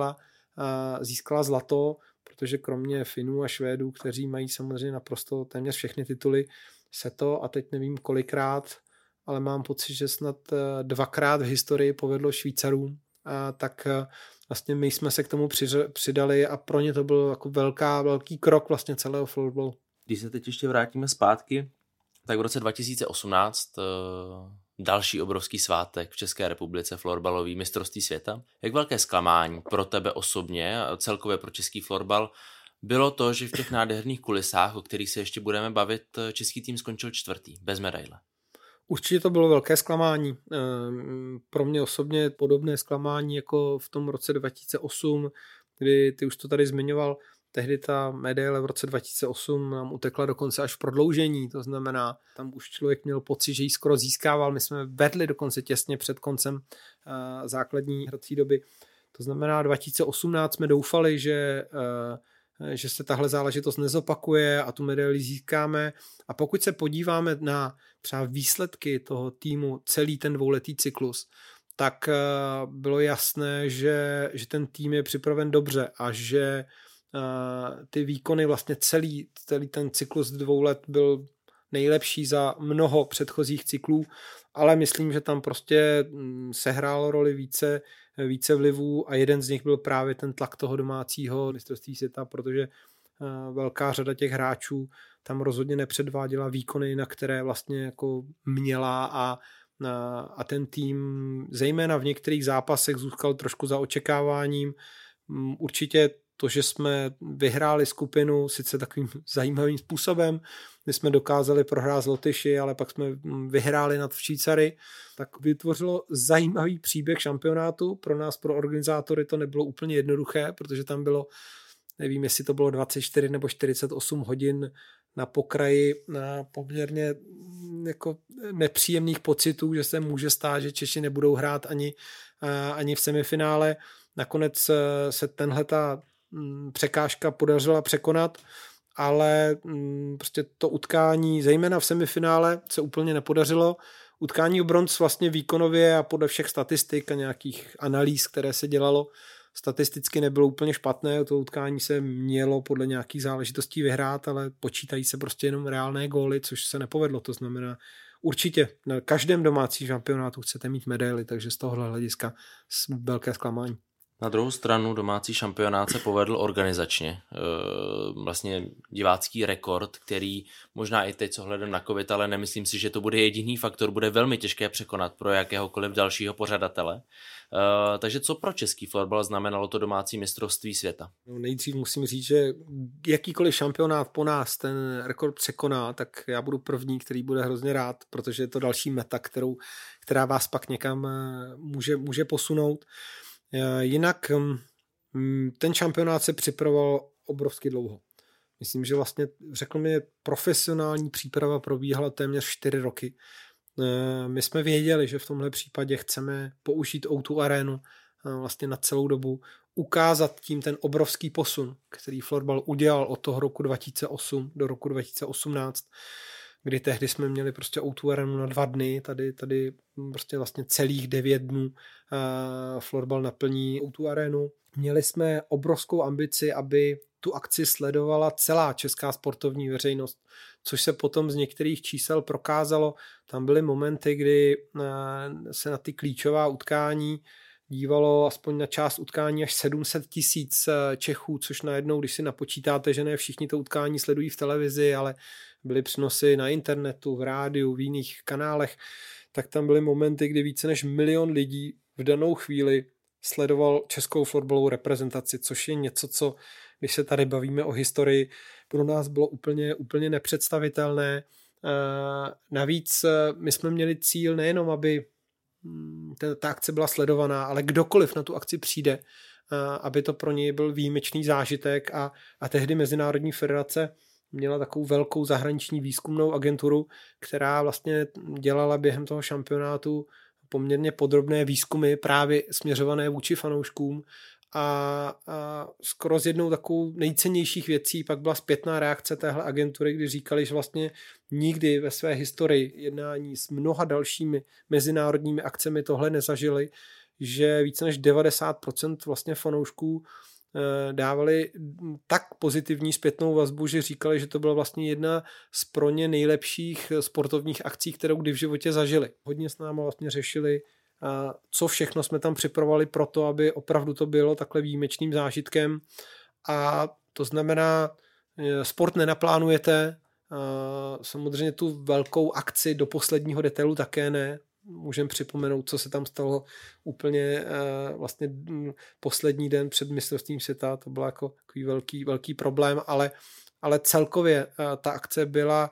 získala zlato, protože kromě Finů a Švédů, kteří mají samozřejmě naprosto téměř všechny tituly, se to, a teď nevím kolikrát, ale mám pocit, že snad 2krát v historii povedlo Švýcarům, tak vlastně my jsme se k tomu přidali a pro ně to byl jako velký krok vlastně celého florbalu. Když se teď ještě vrátíme zpátky, tak v roce 2018 další obrovský svátek v České republice, florbalový mistrovství světa. Jak velké zklamání pro tebe osobně a celkově pro český florbal bylo to, že v těch nádherných kulisách, o kterých se ještě budeme bavit, český tým skončil 4. bez medaile? Určitě to bylo velké zklamání. Pro mě osobně podobné zklamání jako v tom roce 2008, kdy ty už to tady zmiňoval, tehdy ta medaile v roce 2008 nám utekla dokonce až v prodloužení, to znamená, tam už člověk měl pocit, že ji skoro získával, my jsme vedli dokonce těsně před koncem základní hrací doby. To znamená, 2018 jsme doufali, že se tahle záležitost nezopakuje a tu medaili získáme. A pokud se podíváme na třeba výsledky toho týmu celý ten dvouletý cyklus, tak bylo jasné, že ten tým je připraven dobře a že ty výkony vlastně celý ten cyklus 2 let byl nejlepší za mnoho předchozích cyklů, ale myslím, že tam prostě sehrálo roli více vlivů a jeden z nich byl právě ten tlak toho domácího mistrovství světa, protože velká řada těch hráčů tam rozhodně nepředváděla výkony, na které vlastně jako měla a ten tým zejména v některých zápasech zůstal trošku za očekáváním. Určitě to, že jsme vyhráli skupinu sice takovým zajímavým způsobem, kdy jsme dokázali prohrát s Lotyši, ale pak jsme vyhráli nad Švýcary, tak vytvořilo zajímavý příběh šampionátu. Pro nás, pro organizátory to nebylo úplně jednoduché, protože tam bylo, nevím, jestli to bylo 24 nebo 48 hodin na pokraji na poměrně jako nepříjemných pocitů, že se může stát, že Češi nebudou hrát ani v semifinále. Nakonec se tenhleta překážka podařila překonat, ale prostě to utkání, zejména v semifinále, se úplně nepodařilo. Utkání o bronz vlastně výkonově a podle všech statistik a nějakých analýz, které se dělalo, statisticky nebylo úplně špatné. To utkání se mělo podle nějakých záležitostí vyhrát, ale počítají se prostě jenom reálné góly, což se nepovedlo. To znamená, určitě na každém domácím šampionátu chcete mít medaily, takže z tohohle hlediska velké zklamání. Na druhou stranu domácí šampionát se povedl organizačně. Vlastně divácký rekord, který možná i teď, co hledem na covid, ale nemyslím si, že to bude jediný faktor, bude velmi těžké překonat pro jakéhokoliv dalšího pořadatele. Takže co pro český florbal znamenalo to domácí mistrovství světa? Nejdřív musím říct, že jakýkoliv šampionát po nás ten rekord překoná, tak já budu první, který bude hrozně rád, protože je to další meta, která vás pak někam může posunout. Jinak ten šampionát se připravoval obrovsky dlouho. Myslím, že vlastně, řekl mi, profesionální příprava probíhala téměř 4 roky. My jsme věděli, že v tomhle případě chceme použít O2 Arenu vlastně na celou dobu, ukázat tím ten obrovský posun, který florbal udělal od toho roku 2008 do roku 2018, kdy tehdy jsme měli prostě O2 Arenu na 2 dny, tady prostě vlastně celých 9 dnů florbal naplní O2 Arenu. Měli jsme obrovskou ambici, aby tu akci sledovala celá česká sportovní veřejnost, což se potom z některých čísel prokázalo. Tam byly momenty, kdy se na ty klíčová utkání dívalo aspoň na část utkání až 700 000 Čechů, což najednou, když si napočítáte, že ne všichni to utkání sledují v televizi, ale byly přenosy na internetu, v rádiu, v jiných kanálech, tak tam byly momenty, kdy více než 1 milion lidí v danou chvíli sledoval českou florbalovou reprezentaci, což je něco, co, když se tady bavíme o historii, pro nás bylo úplně nepředstavitelné. Navíc my jsme měli cíl nejenom, aby ta akce byla sledovaná, ale kdokoliv na tu akci přijde, aby to pro něj byl výjimečný zážitek a tehdy Mezinárodní federace měla takovou velkou zahraniční výzkumnou agenturu, která vlastně dělala během toho šampionátu poměrně podrobné výzkumy právě směřované vůči fanouškům a skoro z jednou takovou nejcennějších věcí pak byla zpětná reakce téhle agentury, kdy říkali, že vlastně nikdy ve své historii jednání s mnoha dalšími mezinárodními akcemi tohle nezažili, že více než 90% vlastně fanoušků dávali tak pozitivní zpětnou vazbu, že říkali, že to byla vlastně jedna z pro ně nejlepších sportovních akcí, kterou kdy v životě zažili. Hodně s námi vlastně řešili, co všechno jsme tam připravovali pro to, aby opravdu to bylo takhle výjimečným zážitkem. A to znamená, sport nenaplánujete, samozřejmě tu velkou akci do posledního detailu také ne. Můžeme připomenout, co se tam stalo úplně vlastně poslední den před mistrovstvím světa. To byl jako takový velký problém, ale celkově ta akce byla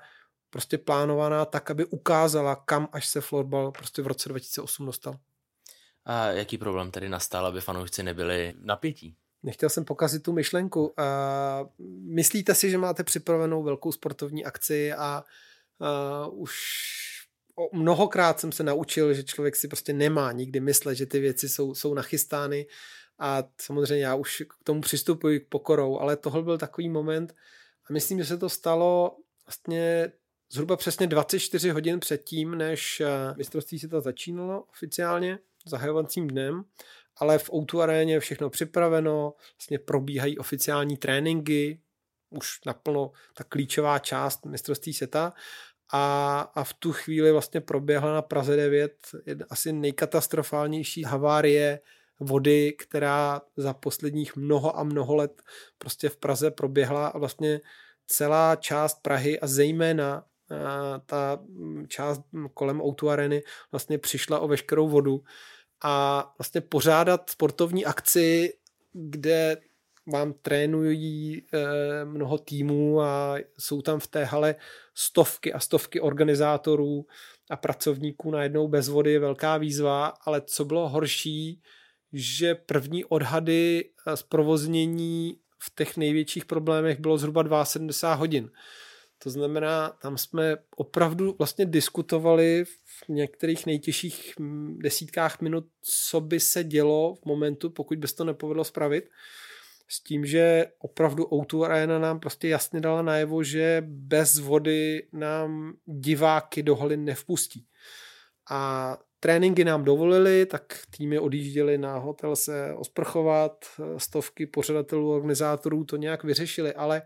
prostě plánovaná tak, aby ukázala, kam až se florbal prostě v roce 2008 dostal. A jaký problém tedy nastal, aby fanoušci nebyli napětí? Nechtěl jsem pokazit tu myšlenku. Myslíte si, že máte připravenou velkou sportovní akci a už mnohokrát jsem se naučil, že člověk si prostě nemá nikdy myslet, že ty věci jsou nachystány a samozřejmě já už k tomu přistupuji k pokorou, ale tohle byl takový moment a myslím, že se to stalo vlastně zhruba přesně 24 hodin předtím, než mistrovství světa začínalo oficiálně zahajovacím dnem, ale v O2 aréně je všechno připraveno, vlastně probíhají oficiální tréninky, už naplno ta klíčová část mistrovství světa a v tu chvíli vlastně proběhla na Praze 9 asi nejkatastrofálnější havárie vody, která za posledních mnoho a mnoho let prostě v Praze proběhla a vlastně celá část Prahy a zejména ta část kolem O2 arény vlastně přišla o veškerou vodu a vlastně pořádat sportovní akci, kde vám trénují mnoho týmů a jsou tam v té hale stovky a stovky organizátorů a pracovníků najednou bez vody je velká výzva, ale co bylo horší, že první odhady zprovoznění v těch největších problémech bylo zhruba 72 hodin. To znamená, tam jsme opravdu vlastně diskutovali v některých nejtěžších desítkách minut, co by se dělo v momentu, pokud by se to nepovedlo spravit. S tím, že opravdu O2 Arena nám prostě jasně dala najevo, že bez vody nám diváky do haly nevpustí. A tréninky nám dovolili, tak týmy odjížděli na hotel se osprchovat, stovky pořadatelů, organizátorů to nějak vyřešili, ale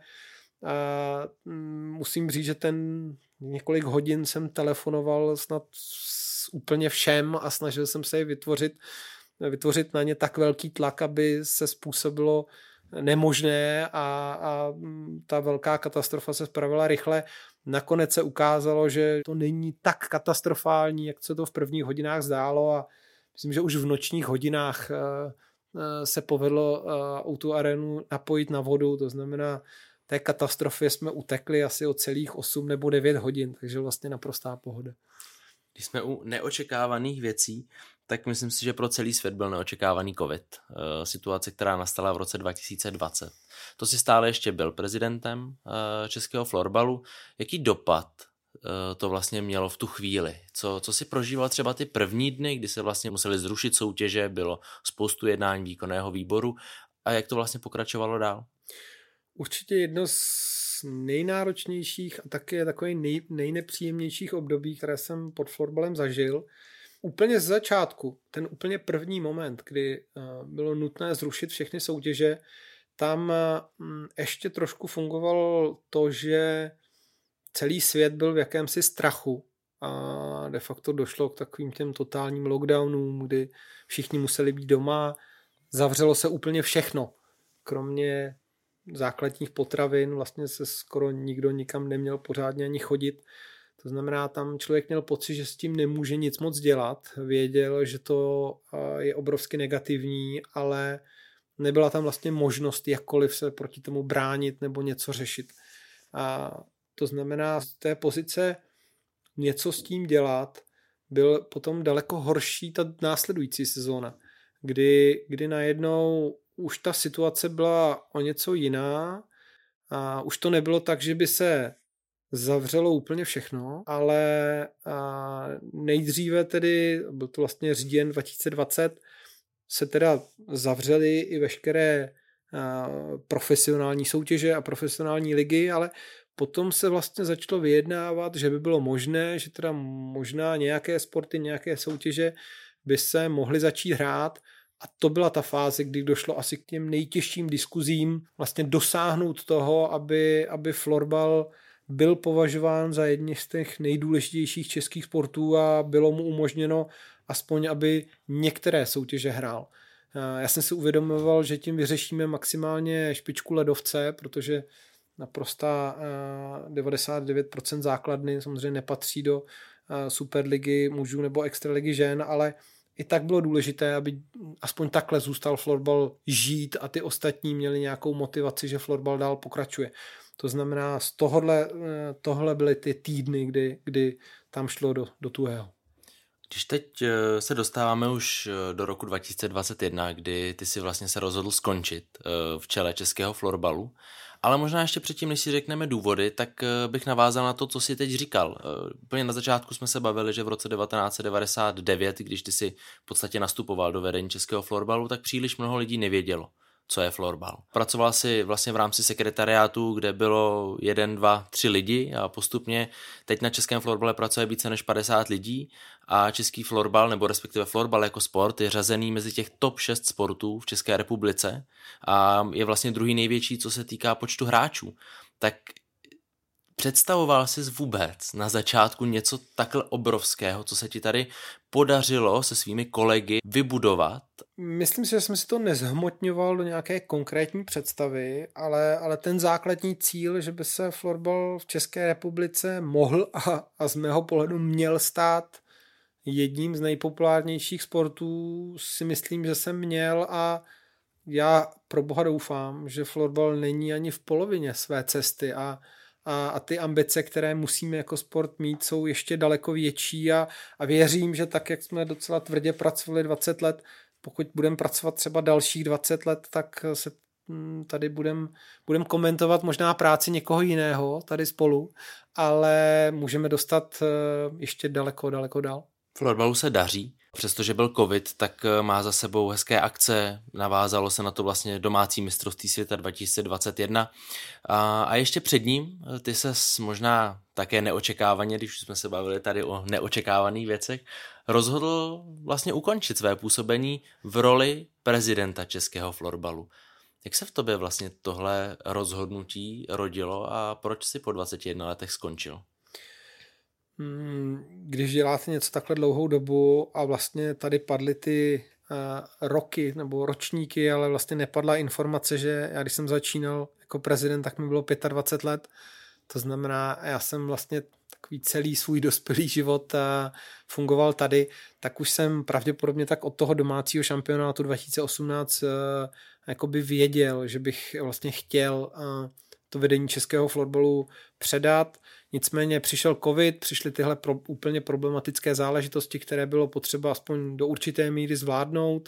musím říct, že ten několik hodin jsem telefonoval snad úplně všem a snažil jsem se je vytvořit na ně tak velký tlak, aby se způsobilo nemožné a ta velká katastrofa se spravila rychle. Nakonec se ukázalo, že to není tak katastrofální, jak se to v prvních hodinách zdálo a myslím, že už v nočních hodinách se povedlo O2 Arenu napojit na vodu, to znamená, té katastrofě jsme utekli asi o celých 8 nebo 9 hodin, takže vlastně naprostá pohoda. Když jsme u neočekávaných věcí, tak myslím si, že pro celý svět byl neočekávaný covid. Situace, která nastala v roce 2020. To si stále ještě byl prezidentem českého florbalu. Jaký dopad to vlastně mělo v tu chvíli? Co si prožíval třeba ty první dny, kdy se vlastně museli zrušit soutěže, bylo spoustu jednání výkonného výboru a jak to vlastně pokračovalo dál? Určitě jedno z nejnáročnějších a také takových nejnepříjemnějších období, které jsem pod florbalem zažil. Úplně z začátku, ten úplně první moment, kdy bylo nutné zrušit všechny soutěže, tam ještě trošku fungovalo to, že celý svět byl v jakémsi strachu a de facto došlo k takovým těm totálním lockdownům, kdy všichni museli být doma, zavřelo se úplně všechno, kromě základních potravin, vlastně se skoro nikdo nikam neměl pořádně ani chodit. To znamená, tam člověk měl pocit, že s tím nemůže nic moc dělat. Věděl, že to je obrovsky negativní, ale nebyla tam vlastně možnost jakkoliv se proti tomu bránit nebo něco řešit. A to znamená, z té pozice něco s tím dělat byl potom daleko horší ta následující sezóna, kdy najednou už ta situace byla o něco jiná a už to nebylo tak, že by se zavřelo úplně všechno, ale nejdříve tedy, byl to vlastně říjen 2020, se teda zavřely i veškeré profesionální soutěže a profesionální ligy, ale potom se vlastně začalo vyjednávat, že by bylo možné, že teda možná nějaké sporty, nějaké soutěže by se mohly začít hrát. A to byla ta fáze, kdy došlo asi k těm nejtěžším diskuzím vlastně dosáhnout toho, aby florbal byl považován za jedni z těch nejdůležitějších českých sportů a bylo mu umožněno aspoň, aby některé soutěže hrál. Já jsem si uvědomoval, že tím vyřešíme maximálně špičku ledovce, protože naprostá 99% základny samozřejmě nepatří do superligy mužů nebo extraligy žen, ale i tak bylo důležité, aby aspoň takhle zůstal florbal žít a ty ostatní měli nějakou motivaci, že florbal dál pokračuje. To znamená, tohle byly ty týdny, kdy tam šlo do tuhého. Když teď se dostáváme už do roku 2021, kdy ty si vlastně se rozhodl skončit v čele českého florbalu, ale možná ještě předtím, než si řekneme důvody, tak bych navázal na to, co jsi teď říkal. Úplně na začátku jsme se bavili, že v roce 1999, když ty si v podstatě nastupoval do vedení českého florbalu, tak příliš mnoho lidí nevědělo, co je florbal. Pracoval si vlastně v rámci sekretariátu, kde bylo 1, 2, 3 lidi a postupně teď na českém florbale pracuje více než 50 lidí a český florbal, nebo respektive florbal jako sport, je řazený mezi těch top 6 sportů v České republice a je vlastně druhý největší, co se týká počtu hráčů. Tak představoval jsi vůbec na začátku něco takhle obrovského, co se ti tady podařilo se svými kolegy vybudovat? Myslím si, že jsem si to nezhmotňoval do nějaké konkrétní představy, ale ten základní cíl, že by se florbal v České republice mohl a z mého pohledu měl stát jedním z nejpopulárnějších sportů, si myslím, že jsem měl a já pro boha doufám, že florbal není ani v polovině své cesty a ty ambice, které musíme jako sport mít, jsou ještě daleko větší a věřím, že tak, jak jsme docela tvrdě pracovali 20 let, pokud budeme pracovat třeba dalších 20 let, tak se tady budeme komentovat možná práci někoho jiného tady spolu, ale můžeme dostat ještě daleko dál. Florbalu se daří. Přestože byl covid, tak má za sebou hezké akce, navázalo se na to vlastně domácí mistrovství světa 2021 a ještě před ním ty ses možná také neočekávaně, když jsme se bavili tady o neočekávaných věcech, rozhodl vlastně ukončit své působení v roli prezidenta českého florbalu. Jak se v tobě vlastně tohle rozhodnutí rodilo a proč si po 21 letech skončil? Když děláte něco takhle dlouhou dobu a vlastně tady padly ty roky nebo ročníky, ale vlastně nepadla informace, že já když jsem začínal jako prezident, tak mi bylo 25 let. To znamená, já jsem vlastně takový celý svůj dospělý život fungoval tady, tak už jsem pravděpodobně tak od toho domácího šampionátu 2018 jakoby věděl, že bych vlastně chtěl to vedení českého florbalu předat. Nicméně přišel covid, přišly tyhle úplně problematické záležitosti, které bylo potřeba aspoň do určité míry zvládnout,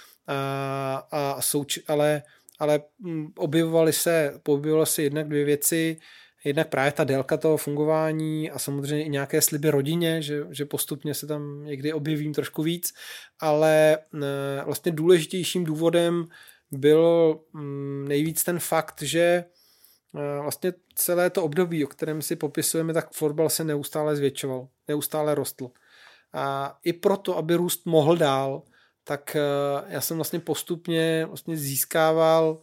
ale objevovaly se jednak dvě věci, jednak právě ta délka toho fungování a samozřejmě i nějaké sliby rodině, že postupně se tam někdy objevím trošku víc, ale vlastně důležitějším důvodem byl nejvíc ten fakt, že vlastně celé to období, o kterém si popisujeme, tak florbal se neustále zvětšoval, neustále rostl. A i proto, aby růst mohl dál, tak já jsem vlastně postupně získával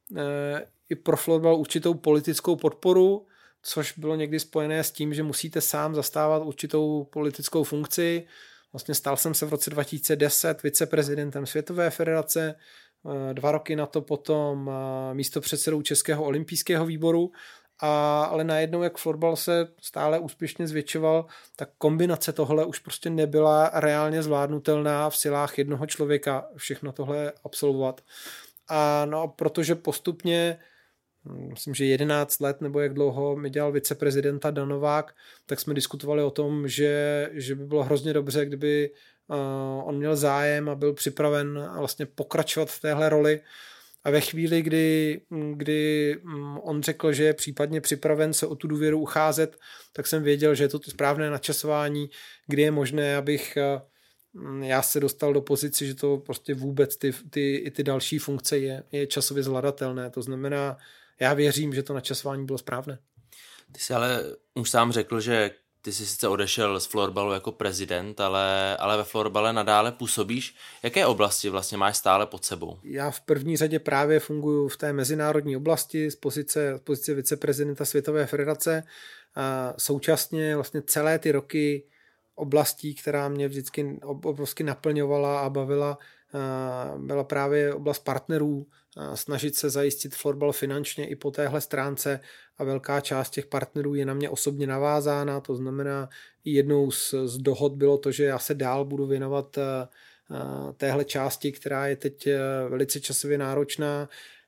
i pro florbal určitou politickou podporu, což bylo někdy spojené s tím, že musíte sám zastávat určitou politickou funkci. Vlastně stal jsem se v roce 2010 viceprezidentem Světové federace, 2 roky na to potom místopředsedou Českého olympijského výboru, ale najednou, jak florbal se stále úspěšně zvětšoval, tak kombinace tohle už prostě nebyla reálně zvládnutelná v silách jednoho člověka všechno tohle absolvovat. A no, protože postupně, myslím, že 11 let nebo jak dlouho mi dělal viceprezidenta Dan Novák, tak jsme diskutovali o tom, že by bylo hrozně dobře, kdyby on měl zájem a byl připraven vlastně pokračovat v téhle roli. A ve chvíli, kdy on řekl, že je případně připraven se o tu důvěru ucházet, tak jsem věděl, že je to správné načasování, kdy je možné, abych já se dostal do pozici, že to prostě vůbec ty další funkce je časově zvladatelné. To znamená, já věřím, že to načasování bylo správné. Ty jsi ale už sám řekl, že ty jsi sice odešel z florbalu jako prezident, ale ve florbale nadále působíš. Jaké oblasti vlastně máš stále pod sebou? Já v první řadě právě funguji v té mezinárodní oblasti z pozice viceprezidenta Světové federace. A současně vlastně celé ty roky oblastí, která mě vždycky obrovsky naplňovala a bavila, byla právě oblast partnerů, snažit se zajistit florbal finančně i po téhle stránce a velká část těch partnerů je na mě osobně navázána, to znamená i jednou z dohod bylo to, že já se dál budu věnovat téhle části, která je teď velice časově náročná.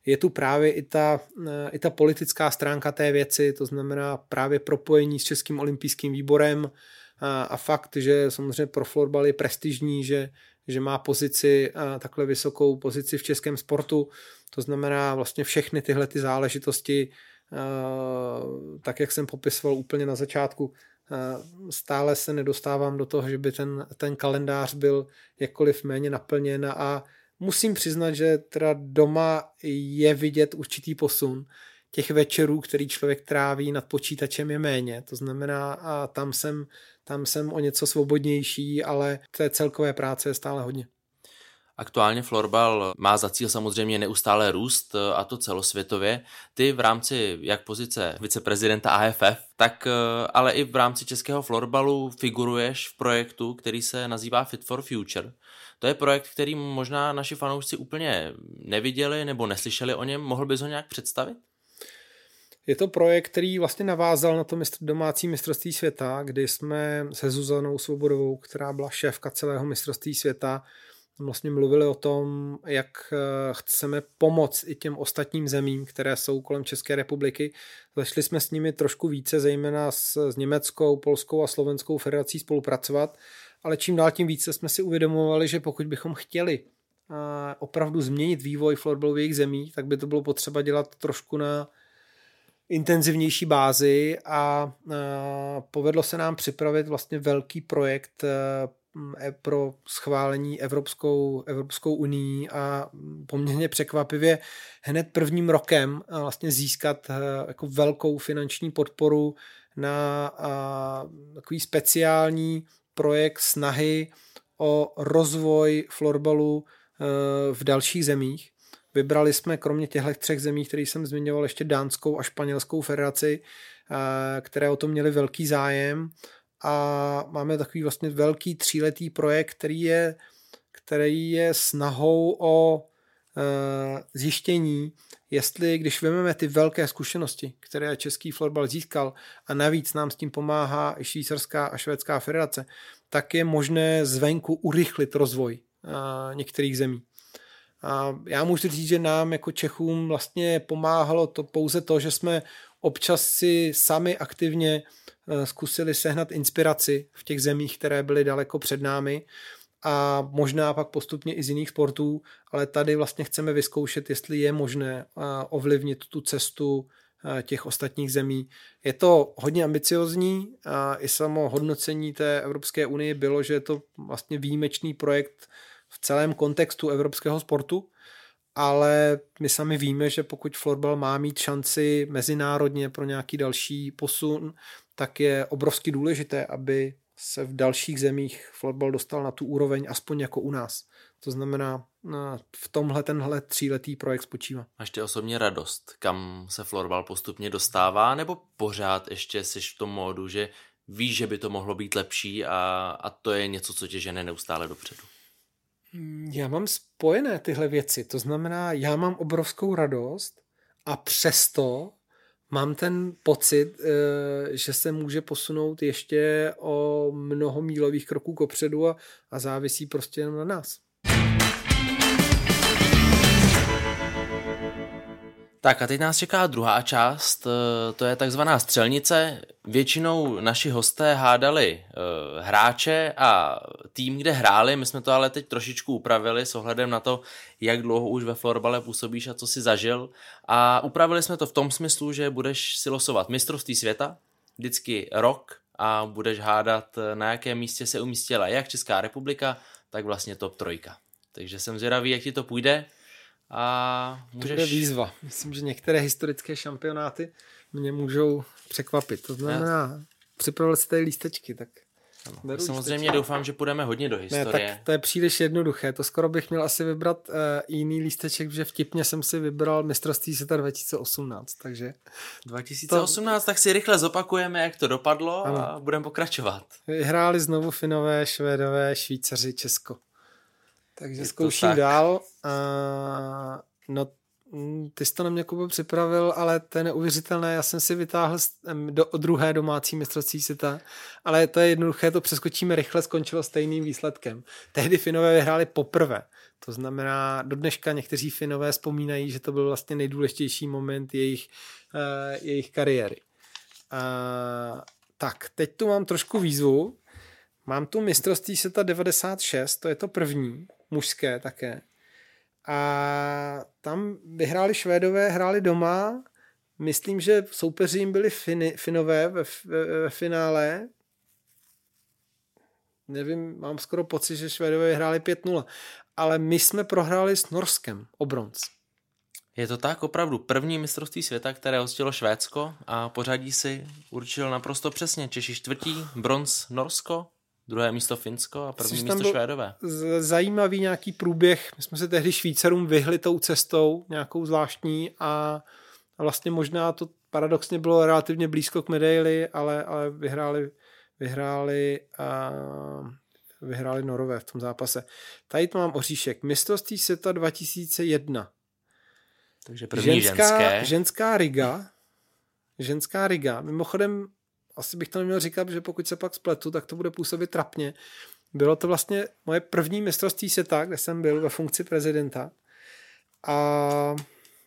je tu právě i ta politická stránka té věci, to znamená právě propojení s Českým olympijským výborem a fakt, že samozřejmě pro florbal je prestižní, že má takhle vysokou pozici v českém sportu, to znamená vlastně všechny tyhle ty záležitosti, tak jak jsem popisoval úplně na začátku, stále se nedostávám do toho, že by ten kalendář byl jakkoliv méně naplněn a musím přiznat, že teda doma je vidět určitý posun. Těch večerů, který člověk tráví nad počítačem, je méně. To znamená, a tam jsem o něco svobodnější, ale té celkové práce je stále hodně. Aktuálně florbal má za cíl samozřejmě neustále růst, a to celosvětově. Ty v rámci jak pozice viceprezidenta AFF, tak ale i v rámci českého florbalu figuruješ v projektu, který se nazývá Fit for Future. To je projekt, který možná naši fanoušci úplně neviděli nebo neslyšeli o něm. Mohl bys ho nějak představit? Je to projekt, který vlastně navázal na to domácí mistrovství světa, kdy jsme se Zuzanou Svobodovou, která byla šéfka celého mistrovství světa, vlastně mluvili o tom, jak chceme pomoct i těm ostatním zemím, které jsou kolem České republiky. Začali jsme s nimi trošku více, zejména s německou, polskou a slovenskou federací spolupracovat, ale čím dál tím více jsme si uvědomovali, že pokud bychom chtěli opravdu změnit vývoj florbalu v jejich zemích, tak by to bylo potřeba dělat trošku na intenzivnější bázi a povedlo se nám připravit vlastně velký projekt pro schválení Evropskou unii a poměrně překvapivě hned prvním rokem vlastně získat jako velkou finanční podporu na takový speciální projekt snahy o rozvoj florbalu v dalších zemích. Vybrali jsme kromě těchto 3 zemí, které jsem zmiňoval, ještě dánskou a španělskou federaci, které o to měly velký zájem. A máme takový vlastně velký 3letý projekt, který je snahou o zjištění, jestli když vezmeme ty velké zkušenosti, které český florbal získal a navíc nám s tím pomáhá i švýcarská a švédská federace, tak je možné zvenku urychlit rozvoj některých zemí. A já můžu říct, že nám jako Čechům vlastně pomáhalo pouze to, že jsme občas si sami aktivně zkusili sehnat inspiraci v těch zemích, které byly daleko před námi a možná pak postupně i z jiných sportů, ale tady vlastně chceme vyzkoušet, jestli je možné ovlivnit tu cestu těch ostatních zemí. Je to hodně ambiciozní a i samo hodnocení té Evropské unie bylo, že je to vlastně výjimečný projekt v celém kontextu evropského sportu, ale my sami víme, že pokud florbal má mít šanci mezinárodně pro nějaký další posun, tak je obrovsky důležité, aby se v dalších zemích florbal dostal na tu úroveň aspoň jako u nás. To znamená, v tomhle tenhle 3letý projekt spočívá. Máš ty osobně radost, kam se florbal postupně dostává, nebo pořád ještě jsi v tom módu, že víš, že by to mohlo být lepší a to je něco, co tě žene neustále dopředu? Já mám spojené tyhle věci, to znamená, já mám obrovskou radost a přesto mám ten pocit, že se může posunout ještě o mnoho mílových kroků kopředu a závisí prostě jenom na nás. Tak a teď nás čeká druhá část, to je takzvaná střelnice. Většinou naši hosté hádali hráče a tým, kde hráli, my jsme to ale teď trošičku upravili s ohledem na to, jak dlouho už ve florbale působíš a co si zažil. A upravili jsme to v tom smyslu, že budeš si losovat mistrovství světa, vždycky rok a budeš hádat, na jakém místě se umístila jak Česká republika, tak vlastně top 3. Takže jsem zvědavý, jak ti to půjde. A můžeš... To je výzva. Myslím, že některé historické šampionáty mě můžou překvapit. To znamená, připravil si tady lístečky, tak samozřejmě lístečky. Doufám, že půjdeme hodně do historie. Ne, tak to je příliš jednoduché. To skoro bych měl asi vybrat jiný lísteček, protože vtipně jsem si vybral mistrovství světa 2018. Takže 2018, tak si rychle zopakujeme, jak to dopadlo a budeme pokračovat. Hráli znovu Finové, Švédové, Švýcaři, Česko. Takže zkouším dál. No, Ty jsi to na mě, Kubo, připravil, ale to je neuvěřitelné. Já jsem si vytáhl druhé domácí mistrovství světa, ale to je jednoduché, to přeskočíme rychle, skončilo stejným výsledkem. Tehdy Finové vyhráli poprvé. To znamená, do dneška někteří Finové vzpomínají, že to byl vlastně nejdůležitější moment jejich kariéry. Tak, teď tu mám trošku výzvu. Mám tu mistrovství světa 96, to je to první, mužské také. A tam vyhráli Švédové, hráli doma. Myslím, že soupeři jim byli Finové ve finále. Nevím, mám skoro pocit, že Švédové vyhráli 5-0. Ale my jsme prohráli s Norskem o bronz. Je to tak, opravdu. První mistrovství světa, které hostilo Švédsko a pořadí si určil naprosto přesně. Češi čtvrtí, bronz Norsko, druhé místo Finsko a první místo Švédové. Zajímavý nějaký průběh. My jsme se tehdy Švýcarům vyhli tou cestou, nějakou zvláštní a vlastně možná to paradoxně bylo relativně blízko k medaili, ale vyhráli Norové v tom zápase. Tady to mám oříšek. Mistrovství světa 2001. Takže první ženské. Ženská Riga. Mimochodem, asi bych to neměl říkat, že pokud se pak spletu, tak to bude působit trapně. Bylo to vlastně moje první mistrovství světa, kde jsem byl ve funkci prezidenta. A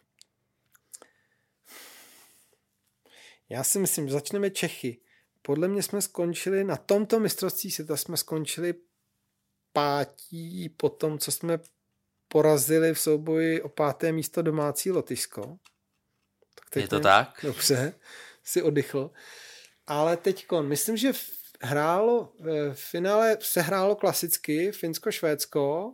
já si myslím, že začneme Čechy. Podle mě jsme skončili, na tomto mistrovství světa jsme skončili pátí po tom, co jsme porazili v souboji o 5. místo domácí Lotyšsko. Je to tak? Dobře, si oddychl. Ale teďkon, myslím, že v finále se hrálo klasicky Finsko-Švédsko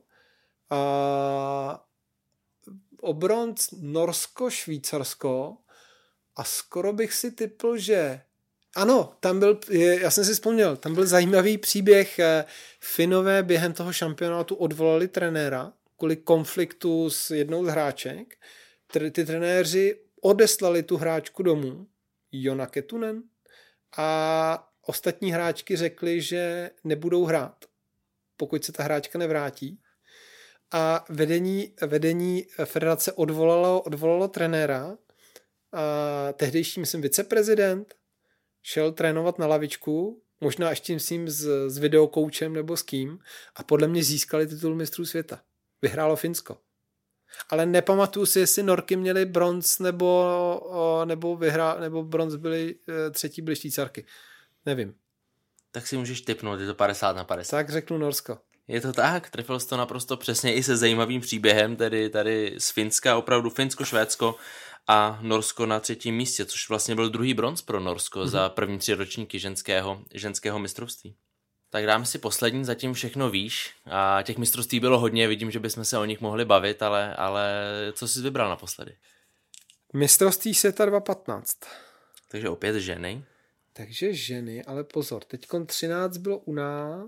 a o bronz Norsko-Švýcarsko a skoro bych si tipl, že ano, já jsem si vzpomněl, tam byl zajímavý příběh. Finové během toho šampionátu odvolali trenéra kvůli konfliktu s jednou z hráček. Ty trenéři odeslali tu hráčku domů, Jona Ketunen, a ostatní hráčky řekli, že nebudou hrát, pokud se ta hráčka nevrátí. A vedení federace odvolalo trenéra, a tehdejší, myslím, viceprezident šel trénovat na lavičku, možná ještě s videokoučem nebo s kým, a podle mě získali titul mistrů světa. Vyhrálo Finsko. Ale nepamatuju si, jestli Norky měli bronz nebo bronz třetí byly Švýcarky. Nevím. Tak si můžeš tipnout, je to 50/50. Tak řeknu Norsko. Je to tak, trefil jsi to naprosto přesně i se zajímavým příběhem, tedy tady z Finska, opravdu Finsko, Švédsko a Norsko na 3. místě, což vlastně byl druhý bronz pro Norsko za první 3 ročníky ženského mistrovství. Tak dáme si poslední, zatím všechno víš a těch mistrovství bylo hodně, vidím, že bychom se o nich mohli bavit, ale co jsi vybral naposledy? Mistrovství světa 2015. Takže opět ženy. Takže ženy, ale pozor, teďkon 13 bylo u nás,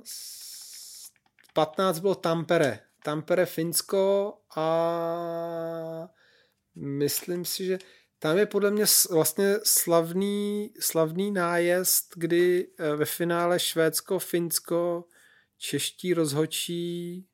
15 bylo Tampere Finsko a myslím si, že tam je podle mě vlastně slavný nájezd, kdy ve finále Švédsko, Finsko, čeští rozhodčí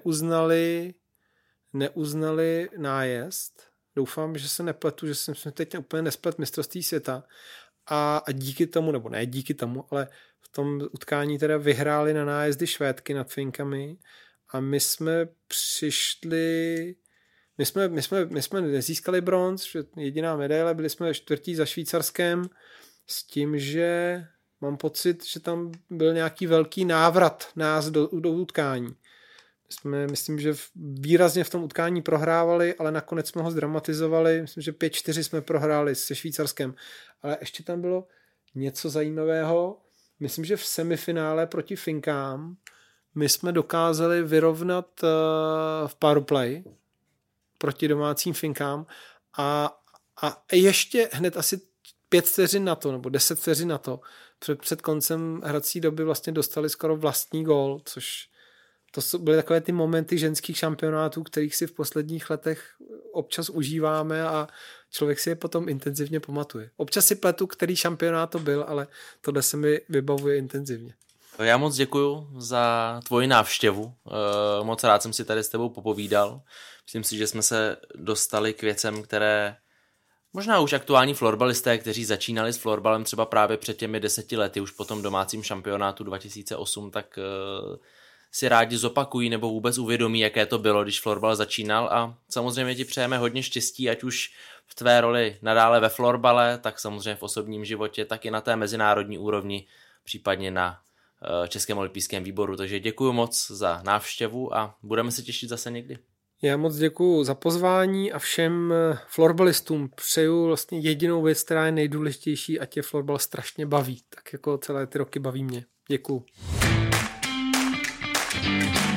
neuznali nájezd. Doufám, že se nepletu, že jsem teď úplně nesplet mistrovství světa. A díky tomu, nebo ne díky tomu, ale v tom utkání teda vyhráli na nájezdy Švédky nad Finkami a my jsme přišli... My jsme nezískali bronz, jediná medaile, byli jsme 4. za Švýcarskem s tím, že mám pocit, že tam byl nějaký velký návrat nás do utkání. Myslím, že výrazně v tom utkání prohrávali, ale nakonec jsme ho zdramatizovali. Myslím, že 5-4 jsme prohráli se Švýcarskem. Ale ještě tam bylo něco zajímavého. Myslím, že v semifinále proti Finkám my jsme dokázali vyrovnat v powerplay proti domácím Finkám a ještě hned asi 5 vteřin na to, nebo 10 vteřin na to, před koncem hrací doby vlastně dostali skoro vlastní gól, což to byly takové ty momenty ženských šampionátů, kterých si v posledních letech občas užíváme a člověk si je potom intenzivně pamatuje. Občas si pletu, který šampionát to byl, ale tohle se mi vybavuje intenzivně. Já moc děkuju za tvoji návštěvu. Moc rád jsem si tady s tebou popovídal. Myslím si, že jsme se dostali k věcem, které možná už aktuální florbalisté, kteří začínali s florbalem třeba právě před těmi 10 lety, už po tom domácím šampionátu 2008, tak si rádi zopakují nebo vůbec uvědomí, jaké to bylo, když florbal začínal, a samozřejmě ti přejeme hodně štěstí, ať už v tvé roli nadále ve florbale, tak samozřejmě v osobním životě, tak i na té mezinárodní úrovni, případně na Českém olympijském výboru. Takže děkuji moc za návštěvu a budeme se těšit zase někdy. Já moc děkuji za pozvání a všem florbalistům přeju vlastně jedinou věc, která je nejdůležitější, a tě florbal strašně baví. Tak jako celé ty roky baví mě. Děkuji.